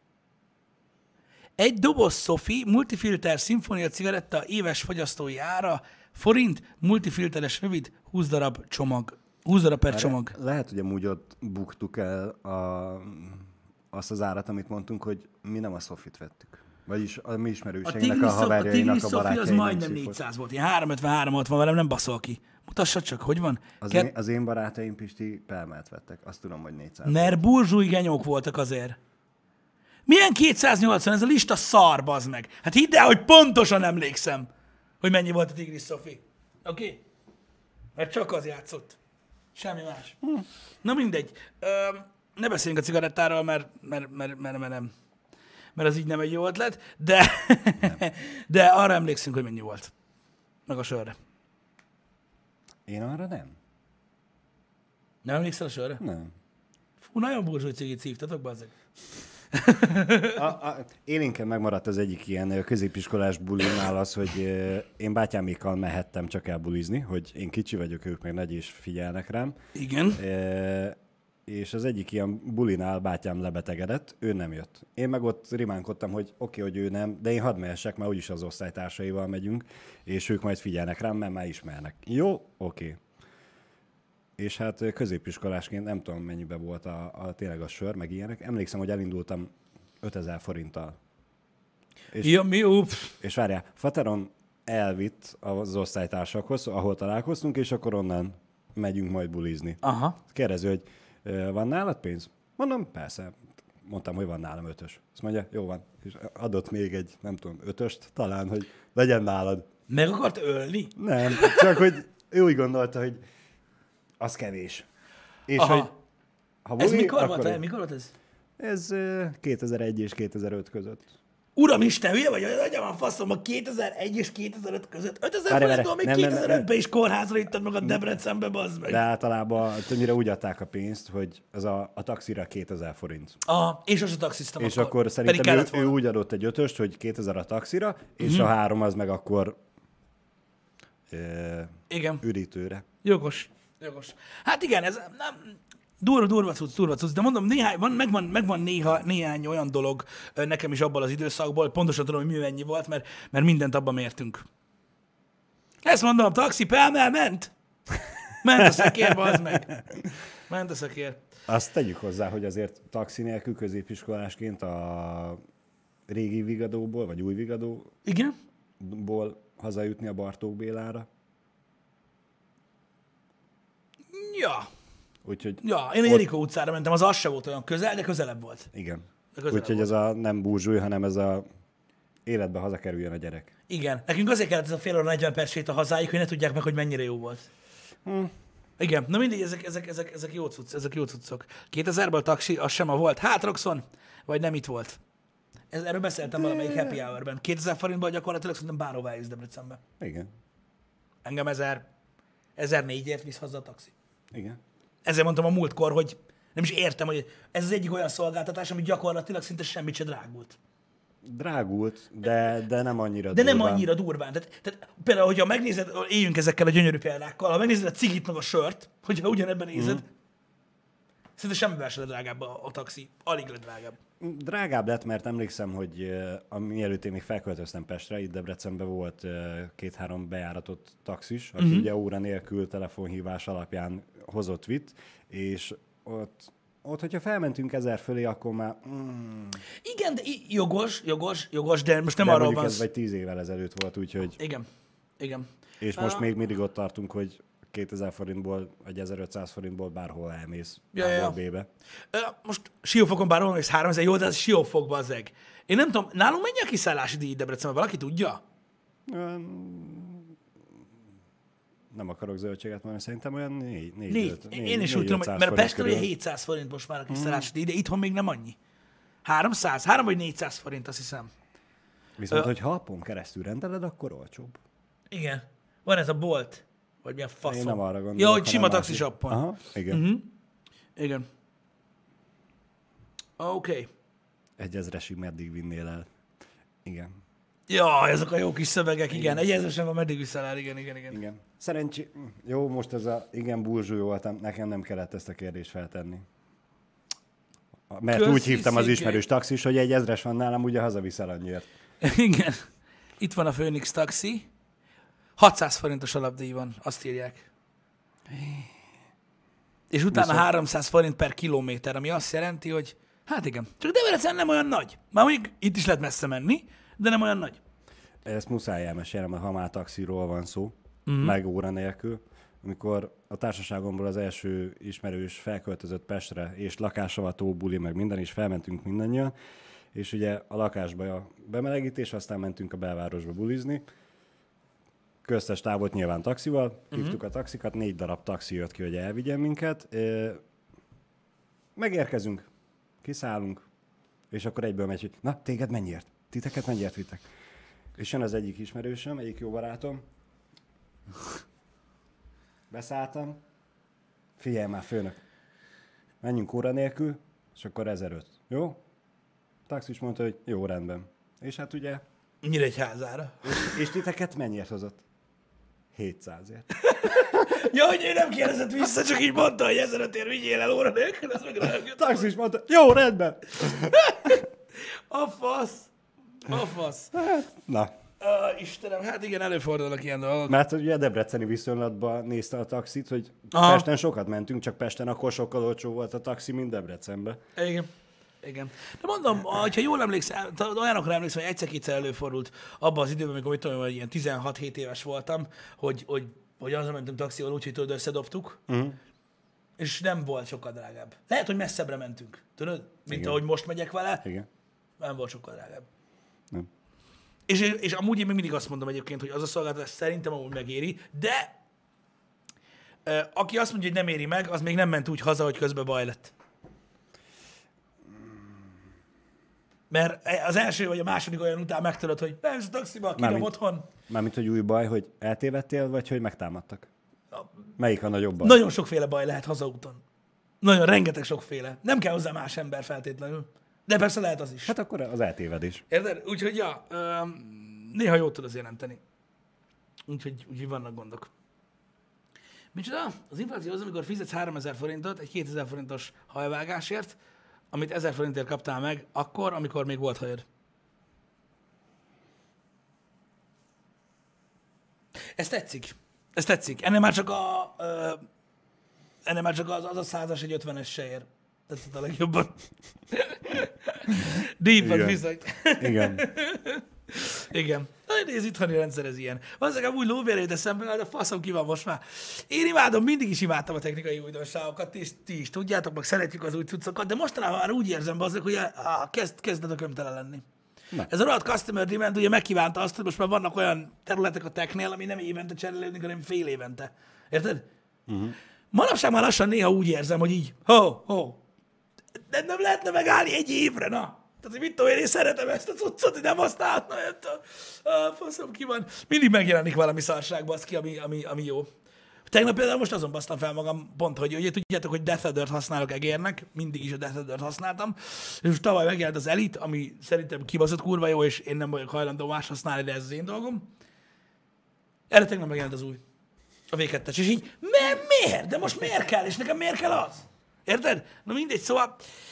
Egy doboz Sofi multifilter szimfónia cigaretta éves fogyasztói ára forint, multifilteres rövid, húsz darab csomag. húsz darab per csomag.
Lehet, hogy amúgy ott buktuk el a, azt az árat, amit mondtunk, hogy mi nem a Sofit vettük. Vagyis a mi ismerőségnek, a, a haverjainak, a barátjainak. A Tigris Sofi az
majdnem négyszáz volt. Ilyen háromszázötven hatvan, velem nem baszol ki. Mutassad csak, hogy van.
Az,
Ket...
én, az én barátaim, Pisti, Pelmelt vettek. Azt tudom, hogy négyszáz.
Mert burzsúj genyók voltak azért. Milyen kétszáznyolcvan? Ez a lista szar, bazd meg. Hát hidd el, hogy pontosan emlékszem, hogy mennyi volt a Tigris Sofi. Oké? Okay? Mert csak az játszott. Semmi más. Hm. Na mindegy. Ö, ne beszéljünk a cigarettáról, mert, mert, mert, mert, mert nem. Mert az így nem egy jó ötlet, de, de arra emlékszünk, hogy mennyi volt. Meg a sörre.
Én arra nem.
Nem emlékszel a sörre?
Nem.
Fú, nagyon burzsúj cigit szívtatok, bazzeg.
A, a, élénken megmaradt az egyik ilyen középiskolás bulinál az, hogy én bátyámékkal mehettem csak elbulizni, hogy én kicsi vagyok, ők meg nagy és figyelnek rám.
Igen.
E, és az egyik ilyen bulinál bátyám lebetegedett, ő nem jött. Én meg ott rimánkodtam, hogy oké, okay, hogy ő nem, de én hadd mehessek, mert úgyis az osztálytársaival megyünk, és ők majd figyelnek rám, mert már ismernek. Jó, oké. Okay. És hát középiskolásként nem tudom, mennyibe volt a, a tényleg a sör, meg ilyenek. Emlékszem, hogy elindultam ötezer forinttal. És,
ja, mi up.
És várjál, fateron elvitt az osztálytársakhoz, ahol találkoztunk, és akkor onnan megyünk majd bulizni.
Aha.
Kérdező, hogy van nálad pénz? Mondom, persze. Mondtam, hogy van nálam ötös. Azt mondja, jó van. És adott még egy, nem tudom, ötöst talán, hogy legyen nálad.
Meg akart ölni?
Nem, csak hogy ő úgy gondolta, hogy az kevés. És
Aha.
hogy ha buli,
ez mikor
akkor
volt? Mikor volt ez?
Ez uh, kétezer-egy és kétezer-öt között.
Uramisten, hülye vagy, hogy adja van faszom a kétezer-egy és kétezer-öt között. ötezer forintból még kétezer-ötben is kórházra ittad magad Debrecenbe, bazd meg.
De általában többnyire úgy adták a pénzt, hogy az a, a taxira kétezer forint.
Aha, és az a taxisztam
És
akkor.
akkor szerintem ő, ő úgy adott egy ötöst, hogy kétezer a taxira, és uh-huh. a három az meg akkor e,
igen.
Üdítőre.
Jogos. Jogos. Hát igen, ez nem, durva, durva cucc, durva cucc, de mondom, néhány, van, megvan, megvan néha, néhány olyan dolog nekem is abban az időszakból, pontosan tudom, hogy mi mennyi volt, mert, mert mindent abban mértünk. Ezt mondom, taxi, Pelmel, ment! Ment a szekér, bazd meg! Ment a szekér.
Azt tegyük hozzá, hogy azért taxi nélkül középiskolásként a régi Vigadóból, vagy új Vigadóból
igen?
hazajutni a Bartók Bélára.
Ja.
Úgyhogy
ja, én a Jerikó utcára mentem, az az se volt olyan közel, de közelebb volt.
Igen. Úgyhogy ez a nem búzsúly, hanem ez a életbe hazakerüljön a gyerek.
Igen. Nekünk azért kellett ez a fél óra negyven perc a hazáig, hogy ne tudják meg, hogy mennyire jó volt.
Hm.
Igen, na mindig, ezek, ezek, ezek, ezek jó cucc, ezek jó cuccok. kétezerben a taxi, az sem a volt. Hát, Roxon, vagy nem itt volt. Ez, erről beszéltem valamelyik happy hour-ben. kétezer forintban gyakorlatilag szerintem bárhová jössz Debrecenbe.
Igen.
Engem ezer, ezernégyért visz haza a taxi.
Igen.
Ezért mondtam a múltkor, hogy nem is értem, hogy ez az egyik olyan szolgáltatás, ami gyakorlatilag szinte semmit se drágult.
Drágult, de, de nem annyira
De
durván.
nem annyira durván. Tehát, tehát például, hogyha megnézed, éljünk ezekkel a gyönyörű példákkal, ha megnézed a cigit meg a sört, hogyha ugyanebben nézed, mm. szinte semmivel se drágább a, a taxi. Alig le drágább.
Drágább lett, mert emlékszem, hogy uh, mielőtt én még felköltöztem Pestre, itt Debrecenben volt uh, két-három bejáratott taxis, aki mm-hmm. ugye óra nélkül telefonhívás alapján hozott vitt, és ott, ott hogyha felmentünk ezer fölé, akkor már... Mm,
Igen, de i- jogos, jogos, jogos, de most nem
de
arról
mondjuk
van
ez vagy tíz évvel ezelőtt volt, úgyhogy...
Igen, igen.
És most
Uh,
még mindig ott tartunk, hogy kétezer forintból, vagy ezerötszáz forintból bárhol elmész.
Ja, ja.
B-be.
Most Siófokon bár mész háromezer, jó, de ez Siófok, bazzeg. Én nem tudom, nálunk mennyi a kiszállási díj Debrecenben? Valaki tudja?
Nem akarok zöldséget mondani, szerintem olyan négy, négy,
Négy.
öt,
Én
négy,
is úgy tudom,
négy-ötszáz
mert
forint
Pesten ugye
körül.
hétszáz forint most már a kiszállási díj, de itthon még nem annyi. háromszáz? három vagy négyszáz forint, azt hiszem.
Viszont,
Ö-
hogyha appon keresztül rendeled, akkor olcsóbb.
Igen. Van ez a Bolt, vagy milyen
Én
faszom.
nem arra gondolok.
Ja, hogy
hanem
sima
másik.
taxis appon.
Aha, igen.
Uh-huh. Igen. Oké. Okay.
Egy ezresig meddig vinnél el. Igen.
Ja, ezek a jó kis szövegek, igen. Egy ezresen van, meddig viszel el, igen, igen, igen.
Igen. Szerencsé... Jó, most ez a igen burzsúly voltam, nekem nem kellett ezt a kérdést feltenni. Mert
Köszi
úgy hívtam az
szépen.
ismerős taxis, hogy egy ezres van nálam, ugye hazaviszel annyiért.
Igen. Itt van a Phoenix taxi. hatszáz forintos alapdíj van, azt írják. És utána
Viszont-
háromszáz forint per kilométer, ami azt jelenti, hogy hát igen, csak Debrecen nem olyan nagy. Már még itt is lehet messze menni, de nem olyan nagy.
Ezt muszáj elmesélnem, ha már taxiról van szó, mm-hmm. meg óra nélkül. Amikor a társaságomból az első ismerős felköltözött Pestre, és lakásavató, buli, meg minden, és felmentünk mindannyian, és ugye a lakásba a bemelegítés, aztán mentünk a belvárosba bulizni. Köztes távot nyilván taxival, hívtuk mm-hmm. a taxikat, négy darab taxi jött ki, hogy elvigyen minket. Megérkezünk, kiszállunk, és akkor egyből megy, hogy na, téged mennyiért? Titeket mennyiért vittek? És jön az egyik ismerősöm, egyik jó barátom. Beszálltam. Figyelj már, főnök. Menjünk óra nélkül, és akkor ezeröt. Jó? Taxis mondta, hogy jó, rendben. És hát ugye...
Nyíregyházára.
És, és titeket mennyiért hozott? hétszázért.
Ja, hogy ő nem kérdezett vissza, csak így mondta, hogy ezerötért vigyél el óra nélkül, az meg rájött.
Taxis mondta, jó, rendben.
A fasz. A fasz.
Hát, na.
Uh, Istenem, hát igen, előfordulnak ilyen dolgok.
Mert ugye a debreceni viszonylatban nézte a taxit, hogy
Aha.
Pesten sokat mentünk, csak Pesten akkor sokkal olcsó volt a taxi, mint Debrecenben.
Igen. Igen. De mondom, ha jól emlékszem, olyanokra emlékszem, hogy egyszer-kétszer előfordult abban az időben, amikor mit tudom, hogy ilyen tizenhat-hét éves voltam, hogy, hogy, hogy azon mentünk taxival úgy, hogy tudod, összedobtuk, uh-huh. és nem volt sokkal drágább. Lehet, hogy messzebbre mentünk, tudod? Mint
Igen.
ahogy most megyek vele,
Igen.
nem volt sokkal drágább.
Nem.
És, és amúgy én még mindig azt mondom egyébként, hogy az a szolgáltatás szerintem amúgy megéri, de ö, aki azt mondja, hogy nem éri meg, az még nem ment úgy haza, hogy közben baj lett. Mert az első vagy a második olyan után megtudod, hogy nem, ez a taxiba, kinom
Mármint-
otthon.
Mármint, hogy új baj, hogy eltévedtél, vagy hogy megtámadtak? Melyik a nagyobb baj?
Nagyon sokféle baj lehet hazaúton. Nagyon, rengeteg sokféle. Nem kell hozzá más ember feltétlenül. De persze lehet az is.
Hát akkor az eltévedés.
Érted? Úgyhogy, ja, ö, néha jót tud az jelenteni. Úgyhogy, úgyhogy vannak gondok. Micsoda? Az infláció az, amikor fizetsz háromezer forintot egy kétezer forintos hajvágásért, amit ezer forintért kaptál meg akkor, amikor még volt hajad. Ez tetszik. Ez tetszik. Ennél már csak a... Ö, ennél már csak az, az a százas egy ötvenes se ér. Tetszett a legjobban. Deep az
Igen.
bizony.
Igen.
Igen. Na, nézd, itthoni rendszer ez ilyen. Valószínűleg amúgy lóvére jut eszembe, de faszom ki van most már. Én imádom, mindig is imádtam a technikai újdonságokat, ti is, ti is tudjátok, meg szeretjük az új cuccokat, de mostanában már úgy érzem bazzak, hogy á, kezd, kezd a kömtelen lenni.
Na.
Ez a rohadt customer demand ugye megkívánta azt, hogy most már vannak olyan területek a technél, ami nem évente cserélődnek, hanem fél évente. Érted? Uh-huh. Manapság már lassan néha úgy érzem, hogy így, ho, ho, de nem lehetne megállni egy évre, na. Tehát, hogy mit tudom én, én szeretem ezt a cuccot, hogy nem használom, a faszom ki van. Mindig megjelenik valami szarság, baszki, ami, ami, ami jó. Tegnap például most azon basztam fel magam pont, hogy ugye tudjátok, hogy Death Adder-t használok egérnek, mindig is a Death Adder-t használtam, és most tavaly megjelent az Elite, ami szerintem kibaszott kurva jó, és én nem vagyok hajlandó más használni, de ez az én dolgom. Erre tegnap megjelent az új. A vé kettes, és így, mert miért? De most miért kell? És nekem miért kell az? Érted? Na mindegy, szóval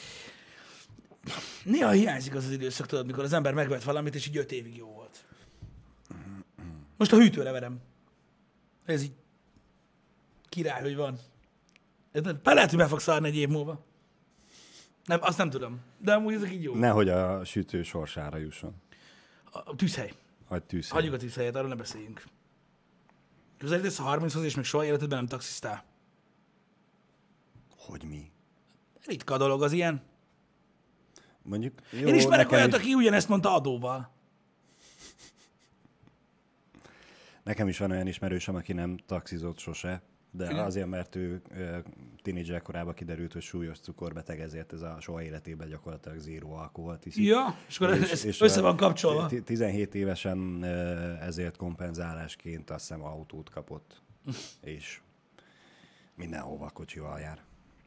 néha hiányzik az az időszak, tudod, mikor az ember megvett valamit, és így öt évig jó volt. Most a hűtőre verem. Ez így király, hogy van. Érted? Már lehet, hogy be fog szarni egy év múlva. Nem, azt nem tudom. De amúgy ezek így jó.
Nehogy a sütő sorsára jusson.
A, a tűzhely.
A tűzhely.
Hagyjuk a tűzhelyet, arról ne beszéljünk. Közelítesz a harminchoz, és még soha életedben nem taxisztál.
Hogy mi?
Ritka dolog az ilyen.
Mondjuk, jó,
Én ismerek olyat,
is,
aki ugyanezt mondta adóval.
Nekem is van olyan ismerősöm, aki nem taxizott sose, de
Igen?
azért, mert ő tínédzser korában kiderült, hogy súlyos cukorbeteg, ezért ez a soha életében gyakorlatilag zéró alkoholt iszik.
Ja, és akkor
És-
ez
és
össze
a-
van kapcsolva.
ti- tizenhét évesen ö, ezért kompenzálásként azt hiszem autót kapott, és mindenhova kocsival jár.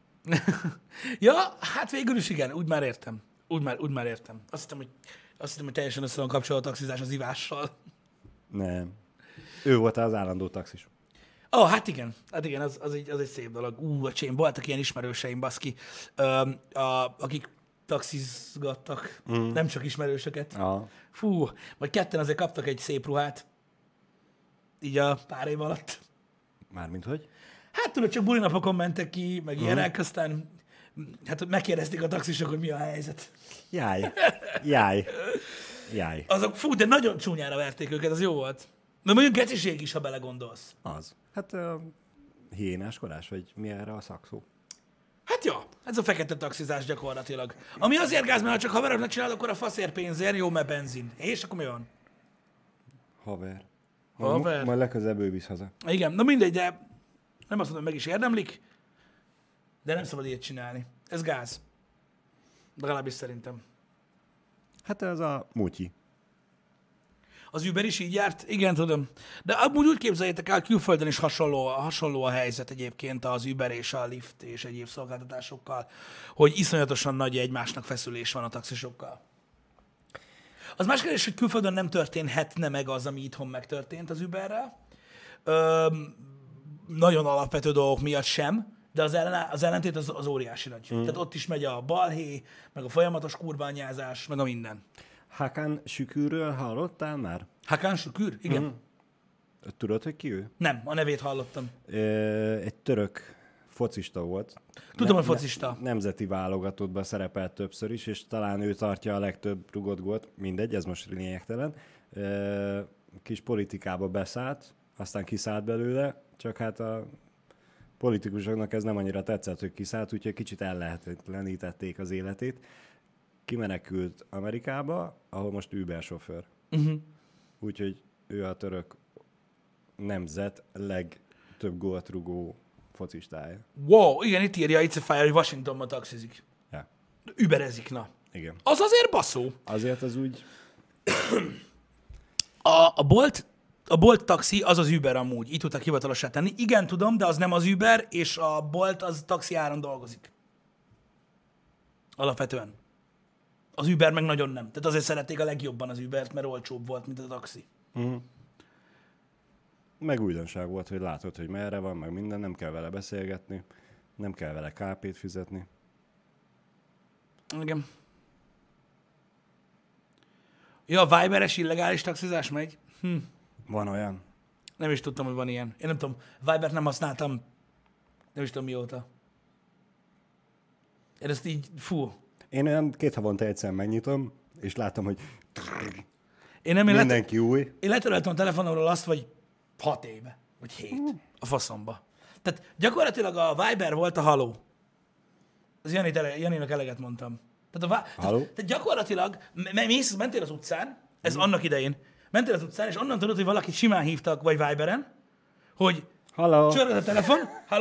Ja, hát végül is igen, úgy már értem. Úgy már, úgy már értem. Azt hittem, hogy, azt hittem, hogy teljesen össze van kapcsolva a taxizás az ivással.
Nem. Ő volt az állandó taxis.
Ó, oh, hát igen, hát igen, az, az, egy, az egy szép dolog. Ú, a csém, voltak ilyen ismerőseim, baszki, Öm, a, akik taxizgattak, mm. nem csak ismerősöket.
Aha.
Fú, vagy ketten azért kaptak egy szép ruhát, így a pár év alatt.
Mármint hogy?
Hát tudod, csak bulinapokon mentek ki, meg ilyenek, aztán hát megkérdezték a taxisok, hogy mi a helyzet.
Jáj. Jáj. Jáj.
Azok, fú, de nagyon csúnyára verték őket, az jó volt. De mondjuk geciség is, ha belegondolsz.
Az. Hát uh, hiénáskodás, vagy mi erre a szakszó?
Hát jó, ez a fekete taxizás gyakorlatilag. Ami azért gáz, mert ha csak haveroknak csinálod, akkor a faszért pénzért, jó, mert benzin. És akkor mi van?
Haver.
Haver.
Majd, majd legközelebb ő visz haza.
Igen, na mindegy, de nem azt mondom, meg is érdemlik, de nem szabad ilyet csinálni. Ez gáz. Legalábbis szerintem.
Hát ez a mutyi.
Az Uber is így járt? Igen, tudom. De amúgy úgy képzeljétek el, külföldön is hasonló, hasonló a helyzet egyébként az Uber és a Lyft és egyéb szolgáltatásokkal, hogy iszonyatosan nagy egymásnak feszülés van a taxisokkal. Az más kérdés, hogy külföldön nem történhetne meg az, ami itthon megtörtént az Uberrel. Öm, nagyon alapvető dolgok miatt sem, de az, ellen, az ellentét az, az óriási nagy. Mm. Tehát ott is megy a balhé, meg a folyamatos kurványázás, meg a minden.
Hakan Şükürről hallottál már?
Hakan Şükür? Igen.
Mm. Tudod, hogy ki ő?
Nem, a nevét hallottam.
Ö, egy török focista volt.
Tudom, hogy focista.
Ne, nemzeti válogatottban szerepelt többször is, és talán ő tartja a legtöbb rugott gólt. Mindegy, ez most lényegtelen. Ö, kis politikába beszállt, aztán kiszállt belőle, csak hát a politikusoknak ez nem annyira tetszett, hogy kiszállt, úgyhogy kicsit ellehetetlenítették az életét. Kimenekült Amerikába, ahol most Uber sofőr. Uh-huh. Úgyhogy ő a török nemzet legtöbb gólt rugó focistája.
Wow, igen, itt írja It's a Fire, hogy Washingtonban taxizik.
Ja.
Uberezik, na.
Igen.
Az azért baszó.
Azért az úgy...
A, a Bolt a Bolt taxi az az Uber amúgy. Így tudták hivatalossá tenni. Igen, tudom, de az nem az Uber, és a Bolt az taxi áron dolgozik. Alapvetően. Az Uber meg nagyon nem. Tehát azért szerették a legjobban az Ubert, mert olcsóbb volt, mint a taxi.
Uh-huh. Meg újdonság volt, hogy látod, hogy merre van, meg minden, nem kell vele beszélgetni, nem kell vele ká pét fizetni.
Igen. Ja, a Viberes illegális taxizás megy? Hm.
Van olyan?
Nem is tudtam, hogy van ilyen. Én nem tudom, Vibert nem használtam, nem is tudom mióta. Én ezt így, fú.
Én olyan két havonta egyszer megnyitom, és látom, hogy
Én nem, én
mindenki
let...
új.
Én letöröltem a telefonomról azt, vagy hat éve, vagy hét. A faszomba. Tehát gyakorlatilag a Viber volt a haló. Ez Janit ele... Janinak eleget mondtam. Tehát, a...
Haló?
tehát, tehát gyakorlatilag m- mész, mentél az utcán, ez mm. annak idején, mentél az utcán, és onnan tudod, hogy valakit simán hívtak, vagy Viberen, hogy
Halló.
csörög a telefon, haló,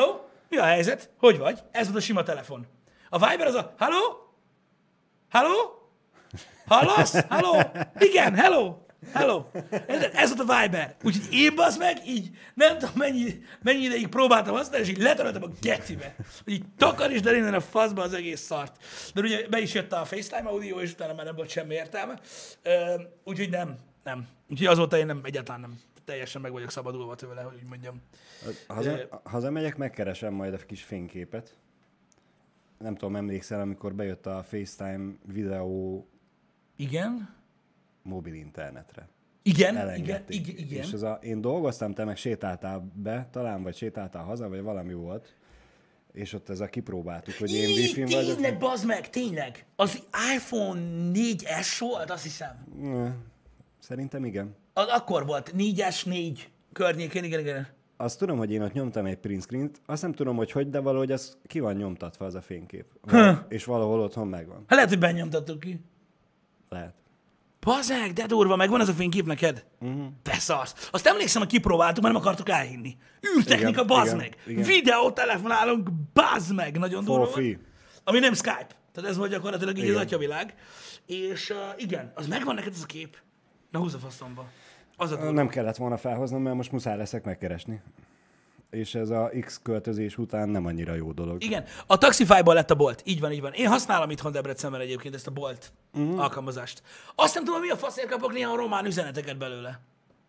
Mi a helyzet? Hogy vagy? Ez volt a sima telefon. A Viber az a, halló? Halló? Hallasz? Halló? Igen, hello? Hello? Ez volt a Viber. Úgyhogy én basz meg, így nem tudom mennyi, mennyi ideig próbáltam használni, és így letöröltem a gecibe. Hogy így takarítsd el innen a faszba az egész szart. De ugye be is jött a FaceTime audio, és utána már nem volt semmi értelme. Úgyhogy nem, nem. Úgyhogy azóta én nem, egyáltalán nem. Teljesen meg vagyok szabadulva tőle, hogy úgy mondjam.
Haza, hazamegyek, megkeresem majd a kis fényképet. Nem tudom, emlékszel, amikor bejött a FaceTime videó
Igen.
mobil internetre.
Igen, igen, igen, igen.
És az a, én dolgoztam, te meg sétáltál be, talán vagy sétáltál haza, vagy valami volt, és ott ez a kipróbáltuk, hogy én Wi-Fi-n vagyok.
Tényleg, bazd meg, tényleg. Az iPhone négy es volt, azt hiszem.
Ne, szerintem igen.
Az akkor volt, négyes, négy környékén, igen, igen.
Azt tudom, hogy én ott nyomtam egy print screen-t, azt nem tudom, hogy hogy, de valahogy az ki van nyomtatva az a fénykép. Val- és valahol otthon megvan.
Hát lehet, hogy benyomtattuk ki.
Lehet.
Bazeg, de durva, megvan ez a fénykép neked? Uh-huh. Beszarsz. Azt emlékszem, hogy kipróbáltuk, mert nem akartuk elhinni. űrtechnika, bazd meg. Igen. Videó telefonálunk, bazd meg. Nagyon durva volt. Ami nem Skype. Tehát ez volt gyakorlatilag így igen. Az atyavilág. És uh, igen, az megvan neked ez a kép. Na húzz a faszomba. Az a
nem kellett volna felhoznom, mert most muszáj leszek megkeresni. És ez a X költözés után nem annyira jó dolog.
Igen. A Taxify-ból lett a Bolt. Így van, így van. Én használom itthon Debrecenben egyébként ezt a Bolt uh-huh. alkalmazást. Azt nem tudom, mi a faszért kapok néha a román üzeneteket belőle.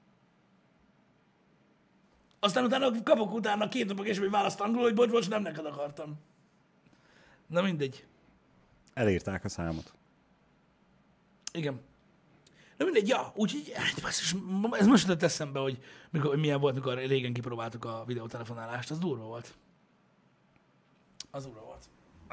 Aztán utána kapok utána két napok és hogy választ angolul, hogy bocs, bocs, nem neked akartam. Na mindegy.
Elírták a számot.
Igen. Na mindegy, ja, úgyhogy ez most jutott eszembe, hogy, mikor, hogy milyen volt, mikor régen kipróbáltuk a videótelefonálást. Az durva volt. Az durva volt.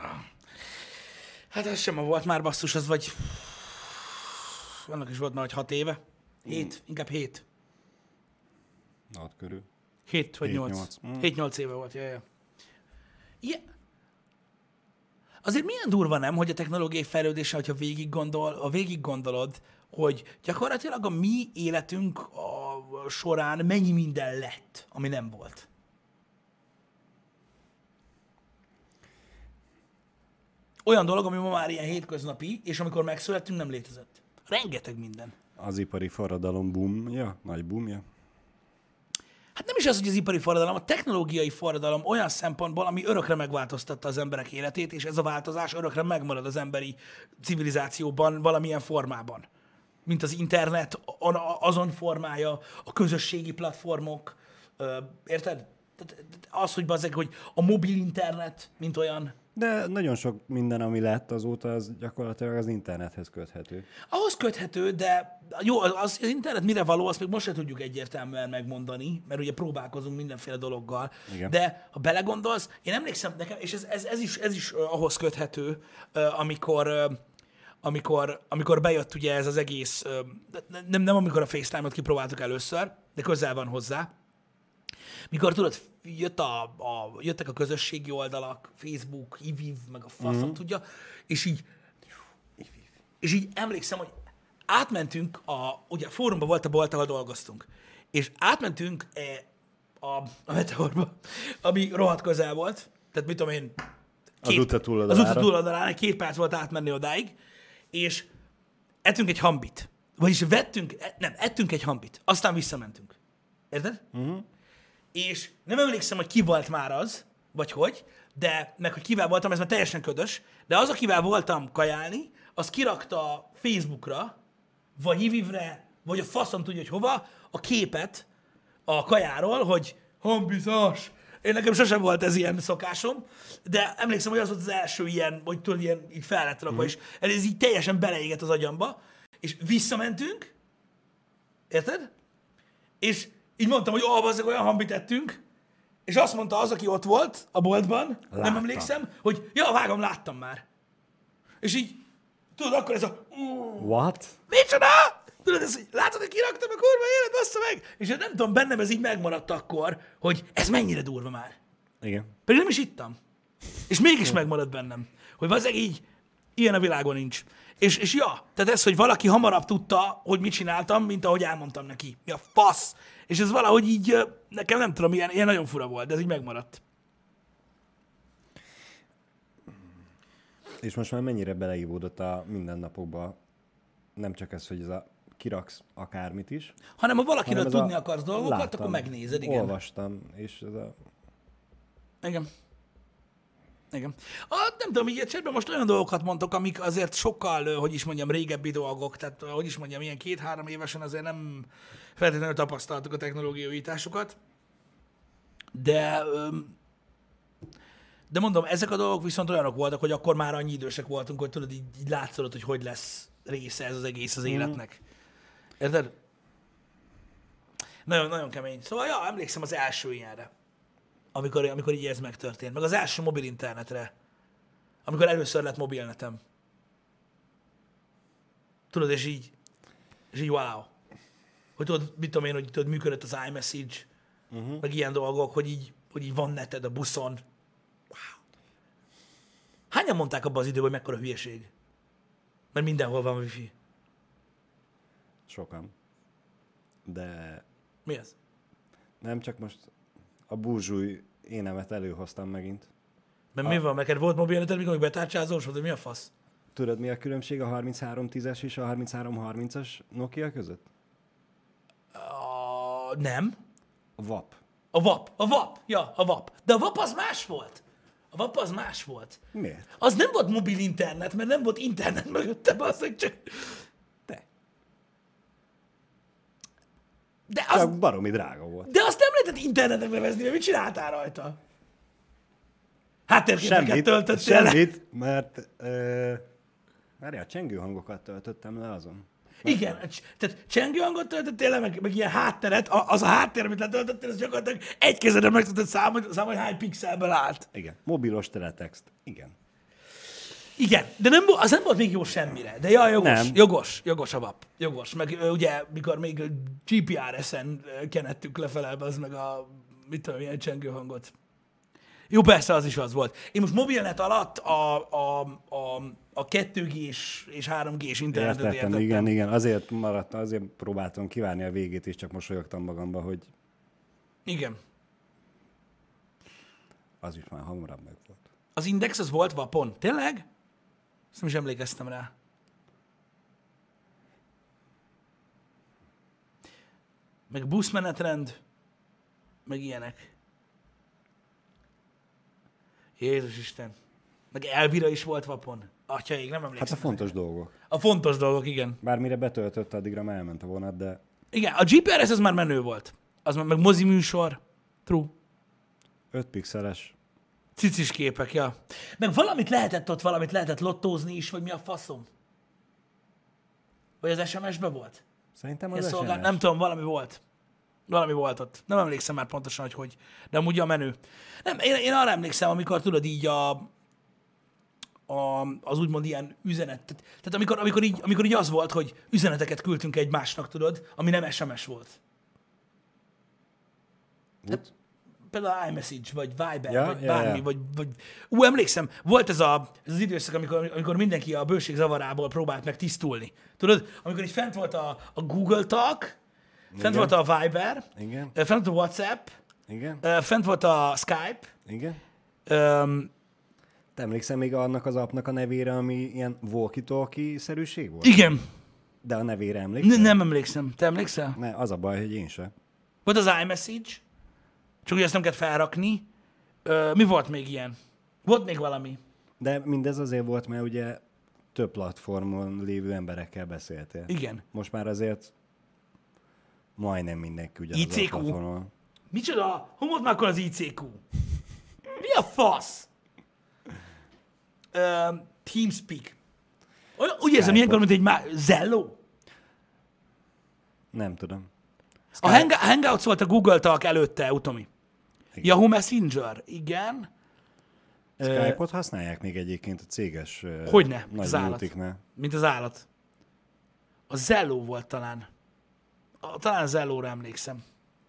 Hát ez sem volt már basszus, az vagy... Annak is volt már, hogy hat éve. Hét, mm. inkább hét.
Hat körül.
Hét vagy nyolc. Hét-nyolc éve volt, jaj, jaj. Yeah. Azért milyen durva nem, hogy a technológiai fejlődése, hogyha végig gondol, a végig gondolod, hogy gyakorlatilag a mi életünk a során mennyi minden lett, ami nem volt. Olyan dolog, ami ma már ilyen hétköznapi, és amikor megszülettünk, nem létezett. Rengeteg minden.
Az ipari forradalom boomja, nagy boomja.
Hát nem is az, hogy az ipari forradalom, a technológiai forradalom olyan szempontból, ami örökre megváltoztatta az emberek életét, és ez a változás örökre megmarad az emberi civilizációban valamilyen formában. Mint az internet, azon formája, a közösségi platformok, érted? Az, hogy bazzeg, hogy a mobil internet, mint olyan.
De nagyon sok minden, ami lett azóta, az gyakorlatilag az internethez köthető.
Ahhoz köthető, de jó, az, az internet mire való, azt még most se tudjuk egyértelműen megmondani, mert ugye próbálkozunk mindenféle dologgal. Igen. De ha belegondolsz, én emlékszem nekem, és ez, ez, ez, is, ez is ahhoz köthető, amikor, amikor, amikor bejött ugye ez az egész, nem, nem amikor a FaceTime-ot kipróbáltuk először, de közel van hozzá. Mikor tudod, jött a, a, jöttek a közösségi oldalak, Facebook, iViv, meg a faszom mm-hmm. tudja, és így, és így emlékszem, hogy átmentünk, a, ugye a fórumban volt a bolt, ahol dolgoztunk, és átmentünk a, a, a Meteorba, ami rohadt közel volt, tehát mit tudom én,
két, az utca túloldalára.
Az utca túloldalára, két perc volt átmenni odáig, és ettünk egy hambit, vagyis vettünk, nem, ettünk egy hambit, aztán visszamentünk. Érted? Uh-huh. És nem emlékszem, hogy ki volt már az, vagy hogy, de meg hogy kivel voltam, ez már teljesen ködös, de az, akivel voltam kajálni, az kirakta Facebookra, vagy ivivre, vagy a faszom tudja, hogy hova, a képet a kajáról, hogy hambizás. Én nekem sosem volt ez ilyen szokásom, de emlékszem, hogy az volt az első ilyen, hogy tudod, ilyen így fel lett rakva, mm. és ez így teljesen beleégett az agyamba, és visszamentünk, érted? És így mondtam, hogy ó, bazzeg, olyan hambit ettünk, és azt mondta az, aki ott volt a boltban, láttam. Nem emlékszem, hogy ja, vágom, láttam már. És így, tudod, akkor ez a...
What?
Micsoda? Tudod, ez, hogy látod, hogy kiraktam a kurva élet, bassza meg? És nem tudom, bennem ez így megmaradt akkor, hogy ez mennyire durva már.
Igen.
Pedig nem is ittam. És mégis megmaradt bennem, hogy bazzeg így, ilyen a világon nincs. És, és ja, tehát ez, hogy valaki hamarabb tudta, hogy mit csináltam, mint ahogy elmondtam neki. Mi a fasz? És ez valahogy így, nekem nem tudom, ilyen, ilyen nagyon fura volt, de ez így megmaradt.
És most már mennyire beleívódott a mindennapokba, nem csak ez, hogy ez a kiraksz akármit is.
Hanem ha valakiről
hanem ez
tudni
a-
akarsz dolgokat,
láttam,
akkor megnézed, igen.
Olvastam, és ez a...
Igen. Igen. A, nem tudom, így egyszerűen most olyan dolgokat mondtok, amik azért sokkal, ö, hogy is mondjam, régebbi dolgok, tehát ö, hogy is mondjam, ilyen két-három évesen azért nem feltétlenül tapasztaltuk a technológiai újításokat, de, ö, de mondom, ezek a dolgok viszont olyanok voltak, hogy akkor már annyi idősek voltunk, hogy tudod, így, így látszolod, hogy hogy lesz része ez az egész az életnek. Érted? Nagyon, nagyon kemény. Szóval, ja, emlékszem az első ilyenre. Amikor, amikor így ez megtörtént. Meg az első mobil internetre. Amikor először lett mobilnetem. Tudod, és így, és így wow. Hogy tudod, mit tudom én, hogy tudod, működött az iMessage, uh-huh. meg ilyen dolgok, hogy így, hogy így van neted a buszon. Wow. Hányan mondták abban az időben, hogy mekkora hülyeség? Mert mindenhol van wifi.
Sokan. De
Mi ez?
nem csak most a burzsúj énemet előhoztam megint.
Mert mi van? Neked volt mobilneted, mikor még betárcsázós volt, hogy mi a fasz?
Tudod, mi a különbség a harminchárom tízes és a harminchárom harmincas Nokia között?
Uh, nem.
A vap.
A vap. A vap. Ja, a vap. De a vap az más volt. A vap az más volt.
Miért?
Az nem volt mobil internet, mert nem volt internet mögötte, basszak csak.
Te.
De, az,
Csak baromi drága volt.
de azt nem lehetett internetnek nevezni, mert mit csináltál rajta? Háttérképeket
Semmit,
töltöttél le.
semmit, mert... Ö, várjál, csengő hangokat töltöttem le azon.
Igen, cs- tehát csengő hangot töltöttél le, meg, meg ilyen hátteret, a- az a háttér, amit letöltöttél, az gyakorlatilag egy kezedre meg tudod számolni, számolni, hány pixelből állt.
Igen. Mobilos teletext. Igen.
Igen, de nem, vo- az nem volt még jó semmire. De ja, jogos,
Nem.
jogos, jogos a vap. Jogos. Meg ö, ugye, mikor még gé pé er es-en ö, kenettük lefele, az meg a, mit tudom, ilyen csengő hangot. Jó, persze, az is az volt. Én most mobilnet alatt a, a, a, a kettő gés és három gés internetet
Értettem,
értettem.
igen, igen. Azért maradt, azért próbáltam kivárni a végét, és csak mosolyogtam magamba, hogy
Igen.
az is már hamarabb meg volt.
Az Index az volt vapon. Tényleg? Ezt nem is emlékeztem rá. Meg buszmenetrend, meg ilyenek. Jézus Isten. Meg Elvira is volt vapon. Atyaik, nem emlékszem.
Hát a fontos dolgok.
A fontos dolgok, igen.
Bármire betöltött, addigra már elment a vonat, de
Igen, a gé pé er es az már menő volt. Az már meg mozi műsor. True.
öt pixeles.
Cicis képek, ja. Meg valamit lehetett ott, valamit lehetett lottózni is, vagy mi a faszom? Vagy az es em es-be volt?
Szerintem
Ilyen
az
szolgál...
es em es.
Nem tudom, valami volt. Valami volt ott. Nem emlékszem már pontosan, hogy hogy. De amúgy a menü. Nem, én, én arra emlékszem, amikor tudod így a, a, az úgymond ilyen üzenet. Tehát, tehát amikor, amikor, így, amikor így az volt, hogy üzeneteket küldtünk egymásnak, tudod, ami nem es em es volt.
Úgy?
Például iMessage, vagy Viber,
Ja,
vagy
ja,
bármi,
ja.
vagy, vagy... Ú, emlékszem, volt ez, a, ez az időszak, amikor, amikor mindenki a bőség zavarából próbált meg tisztulni. Tudod, amikor így fent volt a, a Google Talk, fent
Igen.
volt a Viber,
Igen,
fent volt a WhatsApp,
igen,
fent volt a Skype,
igen.
öm,
Te emlékszel még annak az appnak a nevére, ami ilyen walkie-talkie-szerűség volt?
igen,
De a nevére emlékszel?
N- nem emlékszem. Te emlékszel?
Ne, az a baj, hogy én sem.
Volt az iMessage, csak ugye ezt nem kellett felrakni. Ö, mi volt még ilyen? Volt még valami.
De mindez azért volt, mert ugye több platformon lévő emberekkel beszéltél.
Igen.
Most már azért majdnem mindenki ugyanaz
I C Q?
a platformon.
Micsoda? Hol volt már akkor az i cé kú? Mi a fasz? Ö, Teamspeak. Olyan, úgy érzem
Skype-ot.
ilyenkor, mint egy má... Zello?
Nem tudom.
A Hang- Hangouts volt a Google Talk előtte, Utomi.
Igen.
Yahoo Messenger, igen.
Skype-ot használják még egyébként a céges ö,
Hogyne, mint
nagy
az állat.
multiknál.
Mint az állat. A Zello volt talán. A, talán Zellóra emlékszem.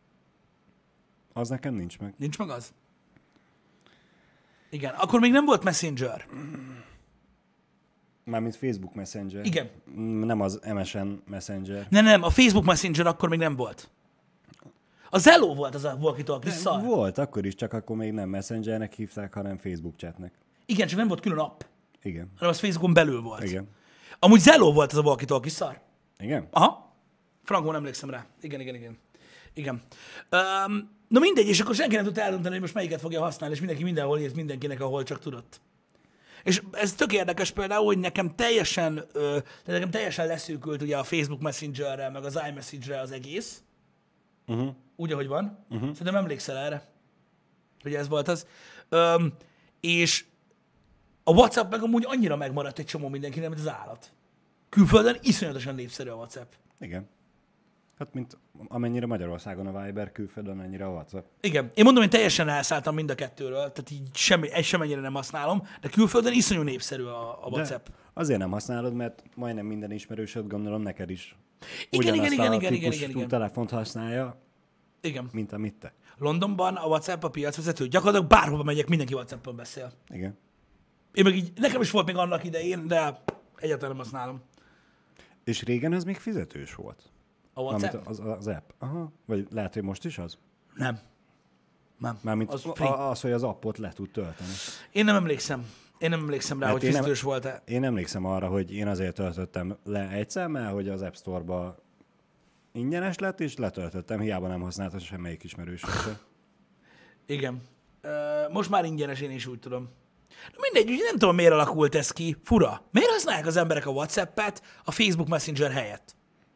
Az nekem nincs meg.
Nincs meg az? Igen. Akkor még nem volt Messenger.
Mármint Facebook Messenger.
Igen.
Mm, Nem az em es en Messenger.
Nem, nem, a Facebook Messenger akkor még nem volt. A Zello volt az a walkie-talkie,
De
szar.
volt, akkor is, csak akkor még nem Messengernek hívták, hanem Facebook chatnek.
Igen, csak nem volt külön app.
Igen.
hanem az Facebookon belül volt.
Igen.
Amúgy Zello volt az a walkie-talkie szar.
Igen?
Aha. Frankon emlékszem rá. Igen, igen, igen. Igen. Um, na mindegy, és akkor senki nem tudta eldönteni, hogy most melyiket fogja használni, és mindenki mindenhol írt mindenkinek, ahol csak tudott. És ez tök érdekes például, hogy nekem teljesen, ö, nekem teljesen leszűkült ugye a Facebook Messengerrel, meg az iMessage-re az egész.
Uh-huh.
Úgy, ahogy van. Uh-huh. Szerintem emlékszel erre, hogy ez volt az. Öm, és a WhatsApp meg amúgy annyira megmaradt egy csomó mindenkinek, mint az állat. Külföldön iszonyatosan népszerű a WhatsApp.
Igen. Hát, mint amennyire Magyarországon a Viber, külföldön, annyira a WhatsApp.
Igen. Én mondom, hogy teljesen elszálltam mind a kettőről, tehát így semmi, egy semennyire nem használom, de külföldön iszonyú népszerű a, a WhatsApp.
De azért nem használod, mert majdnem minden ismerősöd, gondolom neked is
Igen, igen, igen,
a
igen, igen,
típusú
igen, igen.
telefont használja,
Igen.
mint amit te.
Londonban a WhatsApp a piacvezető. Gyakorlatilag bárhova megyek, mindenki WhatsAppon beszél.
Igen.
Én meg így, nekem is volt még annak idején, de egyáltalán nem használom.
És régen ez még fizetős volt.
A WhatsApp?
Mármint az, az app. Aha. Vagy lehet, hogy most is az?
Nem. Nem.
Mármint
Az
az,
free.
az, hogy az appot le tud tölteni.
Én nem emlékszem. Én nem emlékszem rá,
Mert
hogy
én nem-
fizetős volt-e.
Én emlékszem arra, hogy én azért töltöttem le egyszer, mert hogy az App Store-ba ingyenes lett, és letöltöttem, hiába nem használta semmelyik ismerősöm se.
Igen. Ö, Most már ingyenes, én is úgy tudom. Na mindegy, úgy nem tudom, miért alakult ez ki. Fura. Miért használják az emberek a WhatsApp-et a Facebook Messenger helyett?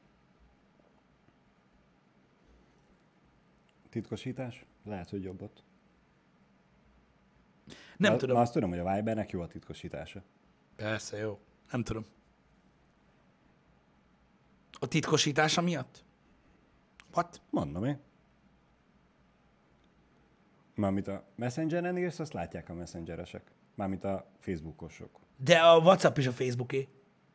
Titkosítás? Lehet, hogy jobb ott.
Nem
Na-
tudom.
Na azt tudom, hogy a Vibernek jó a titkosítása.
Persze, jó. Nem tudom. A titkosítása miatt? What?
Mondom én. Mármint a Messengeren írsz, azt látják a messengeresek. Mármint a Facebookosok.
De a WhatsApp is a Facebooké.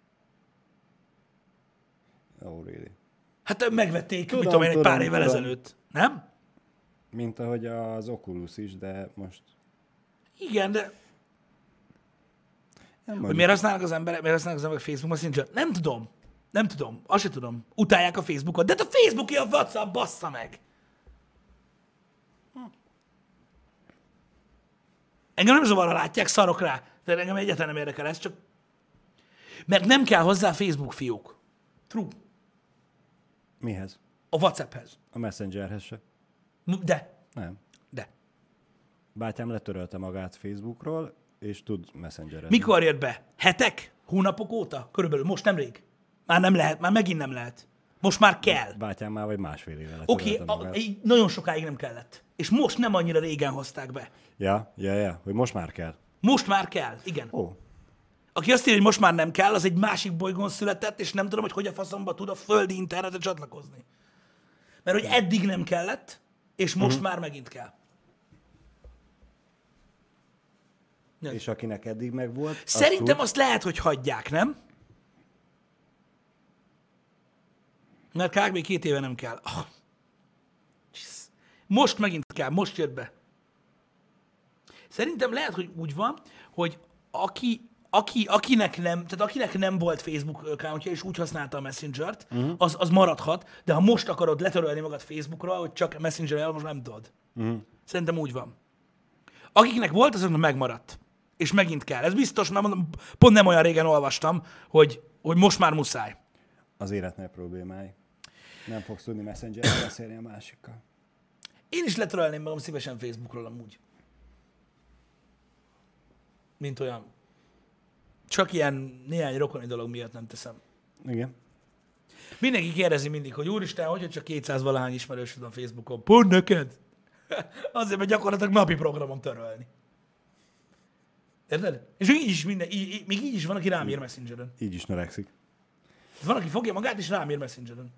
Oh, really.
Hát megvették, tudom,
Tudom,
mit tudom én, egy
tudom,
pár évvel
tudom.
ezelőtt. Nem?
Mint ahogy az Oculus is, de most...
Igen, de
Nem
hogy
mondjuk-
miért használnak az emberek, miért használnak az emberek Facebook Messenger? Nem tudom. Nem tudom. Azt sem tudom. Utálják a Facebookot. De hát a Facebooké a WhatsApp, bassza meg! Hm. Engem nem zavar, ha látják, szarok rá. De engem egyáltalán nem érdekel ez, csak... Mert nem kell hozzá Facebook fiúk. True.
Mihez?
A WhatsApphez.
A Messengerhez se.
De.
Nem.
De.
Bátyám letörölte magát Facebookról, és tud Messengerezni.
Mikor jött be? Hetek? Hónapok óta? Körülbelül. Most nemrég. Már nem lehet. Már megint nem lehet. Most már kell.
Bátyám már vagy másfél éve
Oké,
letörölte
okay,
magát.
nagyon sokáig nem kellett. És most nem annyira régen hozták be.
Ja, ja, ja, hogy most már kell.
Most már kell, igen.
Ó,
Aki azt írja, hogy most már nem kell, az egy másik bolygón született, és nem tudom, hogy hogy a faszomba tud a földi internetre csatlakozni. Mert hogy eddig nem kellett, és most uh-huh. már megint kell. Ja.
és akinek eddig meg volt,
Szerintem
tud,
azt lehet, hogy hagyják, nem? Mert kb. két éve nem kell. Oh. Most megint kell, most jött be. Szerintem lehet, hogy úgy van, hogy aki, aki, akinek, nem, tehát akinek nem volt Facebook accountja, és úgy használta a Messengert, uh-huh. az, az maradhat, de ha most akarod letörölni magad Facebookról, hogy csak Messengerrel, most nem tudod. Uh-huh. Szerintem úgy van. Akiknek volt, azoknak megmaradt. És megint kell. Ez biztos, mert mondom, pont nem olyan régen olvastam, hogy, hogy most már muszáj.
az életnél problémái. Nem fogsz tudni Messengerrel beszélni a másikkal.
Én is letörölném magam szívesen Facebookról amúgy. Mint olyan. Csak ilyen néhány rokoni dolog miatt nem teszem.
Igen.
Mindenki kérdezi mindig, hogy úristen, hogy csak kétszáz valahány ismerősöd van Facebookon. Pont neked? Azért, mert gyakorlatilag napi programom törölni. Érted? És még így is, minden, így, így, még így is van, aki rám ír Messengeren.
Így is növekszik.
Van, aki fogja magát, és rám ír Messengeren.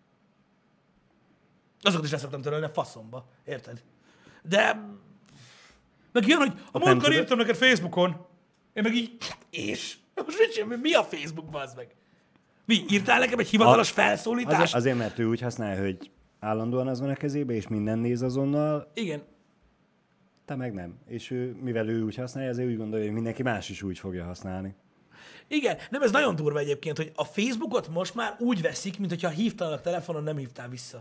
Azokat is leszoktam törölni a faszomba. Érted? De... Meg jön, hogy a múltkor
tudod-
írtam neked Facebookon. Én meg így... És? Most mit csinálom? Mi a Facebook, bazd meg? Mi? Írtál nekem egy hivatalos
A-
felszólítást?
Azért, azért, mert ő úgy használja, hogy állandóan az van a kezébe, és minden néz azonnal,
Igen.
te meg nem. És ő, mivel ő úgy használja, azért úgy gondolja, hogy mindenki más is úgy fogja használni.
Igen. Nem, ez nagyon durva egyébként, hogy a Facebookot most már úgy veszik, mint hogyha hívtalak telefonon, nem hívtál vissza.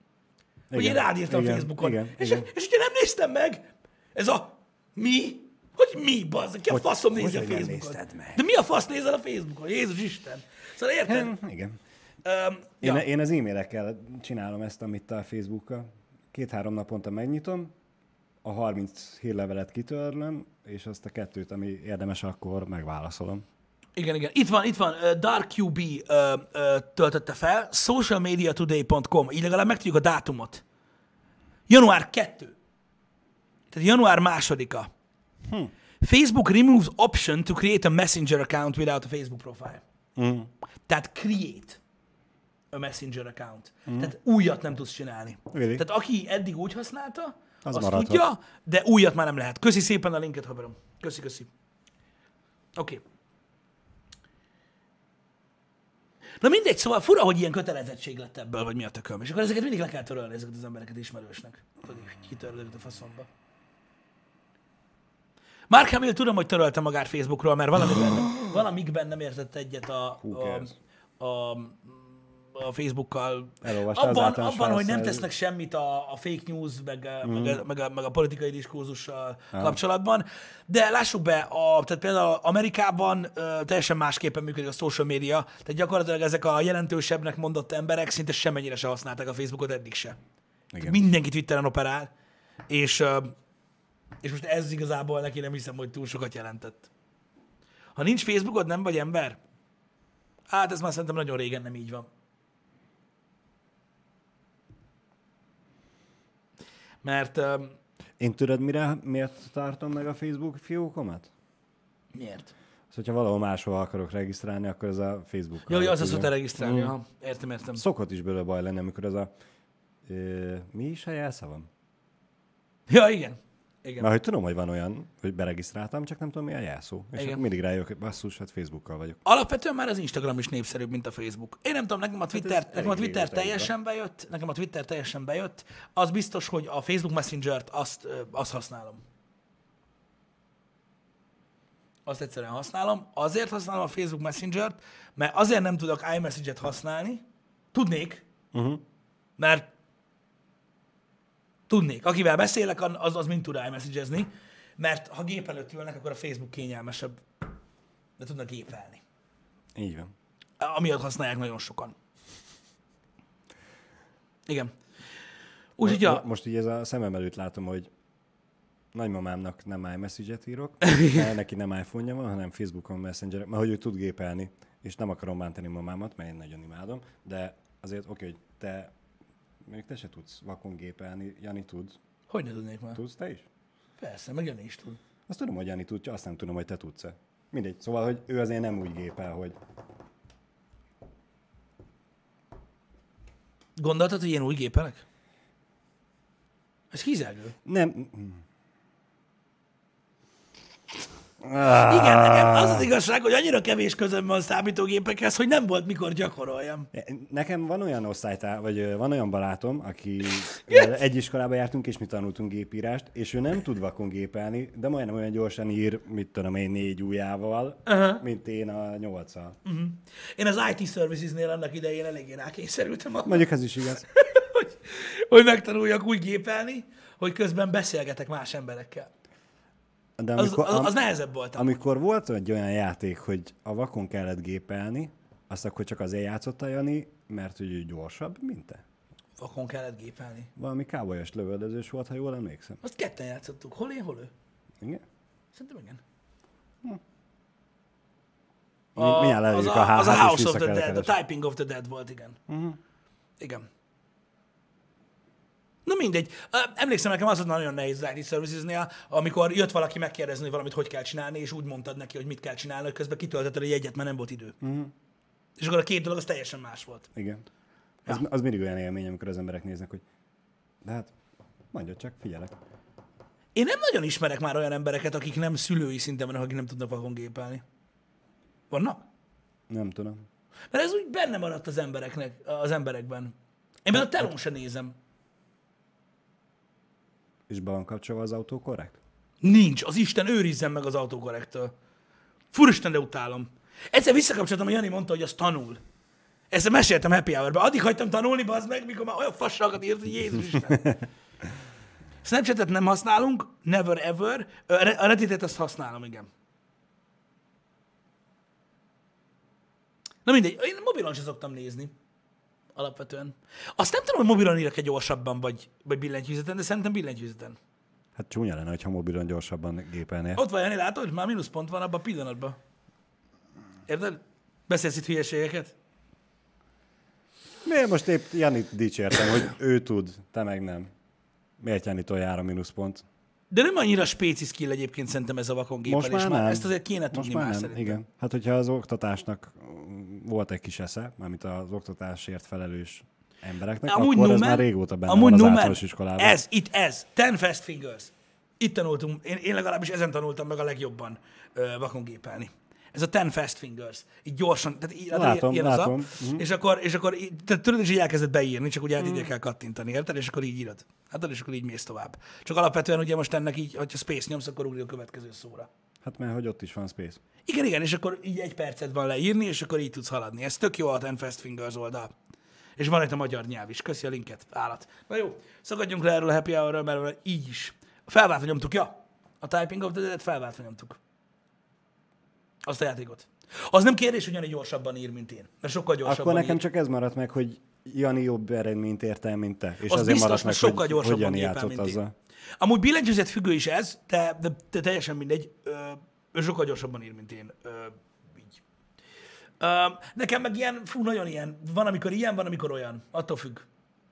Hogy én rád írtam
igen,
Facebookon.
Igen,
és,
igen.
és hogyha nem néztem meg, ez a mi? Hogy mi, bazd? Ki a faszom nézi a
hogy nem
Facebookot?
nézted meg?
De mi a fasz nézel a Facebookon? Jézus Isten! Szóval érted?
Hát, igen.
Um,
Én,
ja.
én az e-mailekkel csinálom ezt, amit a Facebookkal. Két-három naponta megnyitom, a harminc hírlevelet kitörlöm, és azt a kettőt, ami érdemes, akkor megválaszolom.
Igen, igen. Itt van, itt van. Uh, DarkQB uh, uh, töltötte fel. socialmediatoday pont com. Így legalább megtudjuk a dátumot. január kettő. Tehát január másodika. Hm. Facebook removes option to create a messenger account without a Facebook profile.
Mm.
Tehát create a messenger account. Mm. Tehát újat nem tudsz csinálni.
Really?
Tehát aki eddig úgy használta,
Az
azt
maradhat.
tudja, de újat már nem lehet. Köszi szépen a linket, haverom. Köszi, köszi. Oké. Okay. Na mindegy, szóval fura, hogy ilyen kötelezettség lett ebből, vagy mi a tököm. És akkor ezeket mindig le kell törölni, ezeket az embereket ismerősnek. Tudod, kitörlöd a faszomba. Mark Hamill tudom, hogy törölte magát Facebookról, mert valamikben, valamikben nem értett egyet a, a, a, a Facebookkal.
Elolvastál az
Abban,
általános
abban hogy nem
választ?
tesznek semmit a, a fake news, meg, mm. meg, a, meg, a, meg a politikai diskurzussal
Ah.
kapcsolatban. De lássuk be, a, tehát például Amerikában ö, teljesen másképpen működik a social media, tehát gyakorlatilag ezek a jelentősebbnek mondott emberek szinte semmennyire se használták a Facebookot eddig se.
Igen.
Mindenki Twitteren operál, és, ö, és most ez igazából neki nem hiszem, hogy túl sokat jelentett. Ha nincs Facebookod, nem vagy ember? Hát ez már szerintem nagyon régen nem így van. Mert... Uh,
Én tudod, mire, miért tartom meg a Facebook fiókomat?
miért?
Az, hogyha valahol máshol akarok regisztrálni, akkor ez a Facebook.
Jó, jó, az az, hogy te regisztrálni. Mm. Értem, értem.
Szokott is belőle baj lenni, amikor ez a... Ö, mi is a jelszavam?
Ja, igen. Igen.
Mert hogy tudom, hogy van olyan, hogy beregisztráltam, csak nem tudom, mi a jelszó. És
Igen.
akkor mindig rájövök, hogy basszus, hát Facebookkal vagyok.
Alapvetően már az Instagram is népszerűbb, mint a Facebook. Én nem tudom, nekem a Twitter,
ez
nekem a
elég
Twitter
régóta
teljesen bejött, nekem a Twitter teljesen bejött. Az biztos, hogy a Facebook Messenger-t azt, ö, azt használom. Azt egyszerűen használom. Azért használom a Facebook Messenger-t, mert azért nem tudok iMessage-et használni. Tudnék,
Uh-huh.
mert tudnék. Akivel beszélek, az, az mind tud iMessage-ezni, mert ha gép előtt ülnek, akkor a Facebook kényelmesebb, de tudnak gépelni.
Így van.
Amiatt használják nagyon sokan. Igen. Úgyhogy
Mo-
ja,
Most így ez a szemem előtt látom, hogy nagymamámnak nem iMessage-et írok, mert neki nem iPhone-ja van, hanem Facebookon Messenger, mert hogy ő tud gépelni, és nem akarom bántani mamámat, mert én nagyon imádom, de azért oké, hogy te, még te se tudsz vakon gépelni, Jani tud.
hogy ne tudnék már?
Tudsz te is?
Persze, meg Jani is tud.
Azt tudom, hogy Jani tud, csak azt nem tudom, hogy te tudsz-e. Mindegy, szóval, hogy ő azért nem úgy gépel, hogy...
Gondoltad, hogy én úgy gépelek? Ez hízelgő.
Nem...
Igen, nekem az az igazság, hogy annyira kevés közöm van számítógépekhez, hogy nem volt mikor gyakoroljam.
Nekem van olyan osztálytár, vagy ö, van olyan barátom, aki
Yes.
egy iskolába jártunk, és mi tanultunk gépírást, és ő nem tud vakon gépelni, de majdnem olyan gyorsan ír, mit tudom én, négy ujjával,
Uh-huh.
mint én a nyolccal.
Uh-huh. Én az i té Servicesnél annak idején eléggé rákényszerültem, a-
Mondjuk ez is igaz.
hogy, hogy megtanuljak úgy gépelni, hogy közben beszélgetek más emberekkel.
De
Az,
amikor,
az, az nehezebb volt. amúgy.
amikor volt egy olyan játék, hogy a vakon kellett gépelni, azt akkor csak azért játszotta Jani, mert hogy ő gyorsabb, mint te.
Vakon kellett gépelni.
Valami kábolyos lövöldözős volt, ha jól emlékszem.
Azt ketten játszottuk. Hol én, hol ő?
Igen?
Szerintem igen.
Mi, milyen
az,
lelőjük
a,
a házat,
az a
és
House of
vissza
the
kell
Dead, a
keresni.
Typing of the Dead volt, igen.
Uh-huh.
Igen. Na mindegy. Ö, Emlékszem, nekem az volt nagyon nehéz az i té Servicesnél, amikor jött valaki megkérdezni, hogy valamit hogy kell csinálni, és úgy mondtad neki, hogy mit kell csinálni, hogy közben kitöltötted a jegyet, mert nem volt idő.
Uh-huh.
És akkor a két dolog az teljesen más volt.
Igen.
Ja.
Az, az mindig olyan élmény, amikor az emberek néznek, hogy de hát, mondja csak, figyelek.
Én nem nagyon ismerek már olyan embereket, akik nem szülői szinten vannak, akik nem tudnak vakon gépelni. Vannak?
Nem tudom.
Mert ez úgy benne maradt az embereknek, az emberekben. Én például a telón sem nézem.
És be van kapcsolva az autó korrekt?
Nincs. Az Isten őrizzen meg az autokorrektől. Furisten, de utálom. Egyszer visszakapcsoltam, a Jani mondta, hogy az tanul. Ezt meséltem Happy Hour-ben. Addig hagytam tanulni, bazd meg, mikor már olyan fasságokat írt, hogy Jézus Isten. Snapchatet nem használunk, never ever. A Redditet azt használom, igen. Na mindegy, én mobilon sem szoktam nézni. Alapvetően. Azt nem tudom, hogy mobilon írok-e gyorsabban, vagy, vagy billentyűzeten, de szerintem billentyűzeten.
Hát csúnya lenne, ha mobilon gyorsabban gépelnél.
Ott van, Jani, látod, hogy már mínuszpont van abban a pillanatban. Érted? Beszélsz itt hülyeségeket?
Miért most épp Janit dicsértem, hogy ő tud, te meg nem? Miért Janitól jár a mínuszpont?
De nem annyira spéci skill egyébként szerintem ez a vakon gépelés.
Most már nem.
Ezt azért kéne tudni
Most már,
már
nem.
szerintem.
Igen. Hát hogyha az oktatásnak volt egy kis esze, mármint az oktatásért felelős embereknek,
amúgy
akkor
Numen,
ez már régóta benne
amúgy
van az
Numen,
általános iskolában.
Ez, itt ez. Ten fast fingers. Itt tanultunk, én, én legalábbis ezen tanultam meg a legjobban ö, vakon gépelni. Ez a ten fast fingers. Így gyorsan, tehát így,
Látom,
ilyen
látom.
Az a, és akkor, és akkor így, tehát tudod, és így elkezded beírni, csak ugye hát ide kell kattintani, érted? És akkor így írod. Hát és akkor így mész tovább. Csak alapvetően ugye most ennek így, hogyha space nyomsz, akkor ugrik a következő szóra.
Hát mert hogy ott is van space.
Igen, igen, és akkor így egy percet van leírni, és akkor így tudsz haladni. Ez tök jó a ten fast fingers oldal. És van itt a magyar nyelv is. Köszi a linket, állat. Na jó, szakadjunk le erről a happy hour-ről, mert így is. Felváltva nyomtuk, ja. A Typing of the Dead felváltva nyomtuk. Azt a játékot. Az nem kérdés, hogy Jani gyorsabban ír, mint én. Mert sokkal gyorsabban
Akkor nekem
ír.
csak ez maradt meg, hogy Jani jobb eredményt ért el, mint te. És
Az
azért
biztos,
maradt meg,
mert sokkal
hogy, hogy
gyorsabban
Jani
gépel,
játszott
mint én.
azzal.
Amúgy billentyűzet függő is ez, de, de, de teljesen mindegy. Ö, ő sokkal gyorsabban ír, mint én. Ö, így. Ö, nekem meg ilyen, fú, nagyon ilyen. Van, amikor ilyen, van, amikor olyan. Attól függ.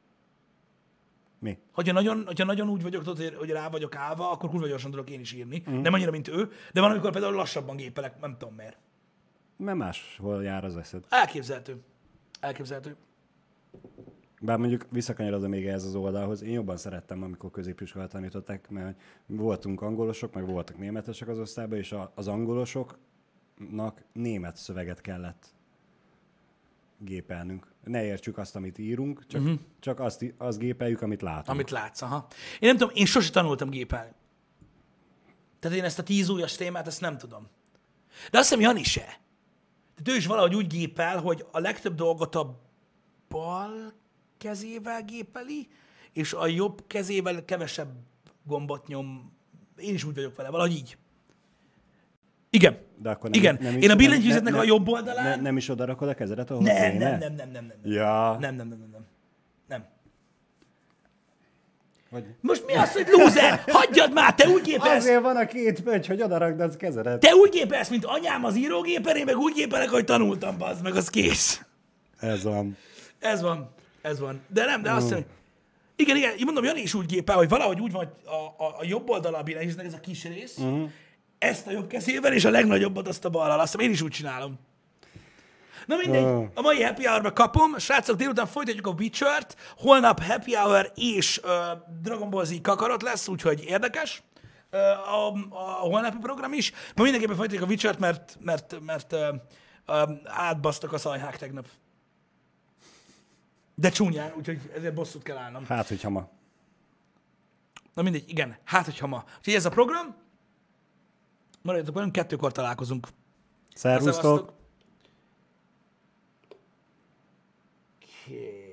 Mi?
Hogyha nagyon, hogyha nagyon úgy vagyok, tudod, hogy rá vagyok állva, akkor kurva gyorsan tudok én is írni. Mm. Nem annyira, mint ő, de van, amikor például lassabban gépelek, nem tudom miért.
Mert máshol jár az eszed.
Elképzelhető. Elképzelhető.
Bár mondjuk visszakanyarodom még ehhez az oldalhoz, én jobban szerettem, amikor középiskolát tanították, mert voltunk angolosok, meg voltak németesek az osztályban, és a, az angolosoknak német szöveget kellett gépelnünk. Ne értsük azt, amit írunk, csak, uh-huh. csak azt, azt gépeljük, amit látunk.
Amit látsz, aha. Én nem tudom, én sose tanultam gépelni. Tehát én ezt a tíz ujjas témát, ezt nem tudom. De azt hiszem, Jani se. Tehát ő is valahogy úgy gépel, hogy a legtöbb dolgot a bal kezével gépeli, és a jobb kezével kevesebb gombot nyom. Én is úgy vagyok vele, valahogy így. Igen.
De akkor nem,
Igen.
Nem is,
én a billentyűzetnek
nem,
a jobb oldalán...
Nem, nem is odarakod a kezedet, ahol
nem,
kéne?
nem, nem, nem, nem, nem.
Ja.
Nem, nem, nem, nem, nem. Nem.
Vagy...
Most mi az, hogy loser? Hagyjad már, te úgy gépelsz!
Azért van a két pöcs, hogy odarakd az kezedet.
Te úgy gépelsz, mint anyám az írógépen, én meg úgy gépelek, hogy tanultam, bazd meg, az kész.
Ez van.
Ez van, ez van. De nem, de azt mondja, igen, igen, én mondom, Jani is úgy gépel, hogy valahogy úgy van, hogy a, a, a jobb oldala a billentyűzetnek ez a kis rész, uh-huh. ezt a jobb kezével, és a legnagyobbat azt a ballal. Azt én is úgy csinálom. Na mindegy, uh. a mai happy hour-ba kapom. Srácok, délután folytatjuk a Witcher-t. Holnap happy hour és uh, Dragon Ball Z kakarot lesz, úgyhogy érdekes uh, a, a holnapi program is. Ma mindenképpen folytatjuk a Witcher-t, mert, mert, mert uh, uh, átbasztak a szajhák tegnap. De csúnyán, úgyhogy ezért bosszút kell állnom.
Hát, hogyha ma.
Na mindegy, igen, hát hogyha ma. Úgyhogy ez a program. Maradjatok velünk, kettőkor találkozunk.
Szervusztok!
Okay.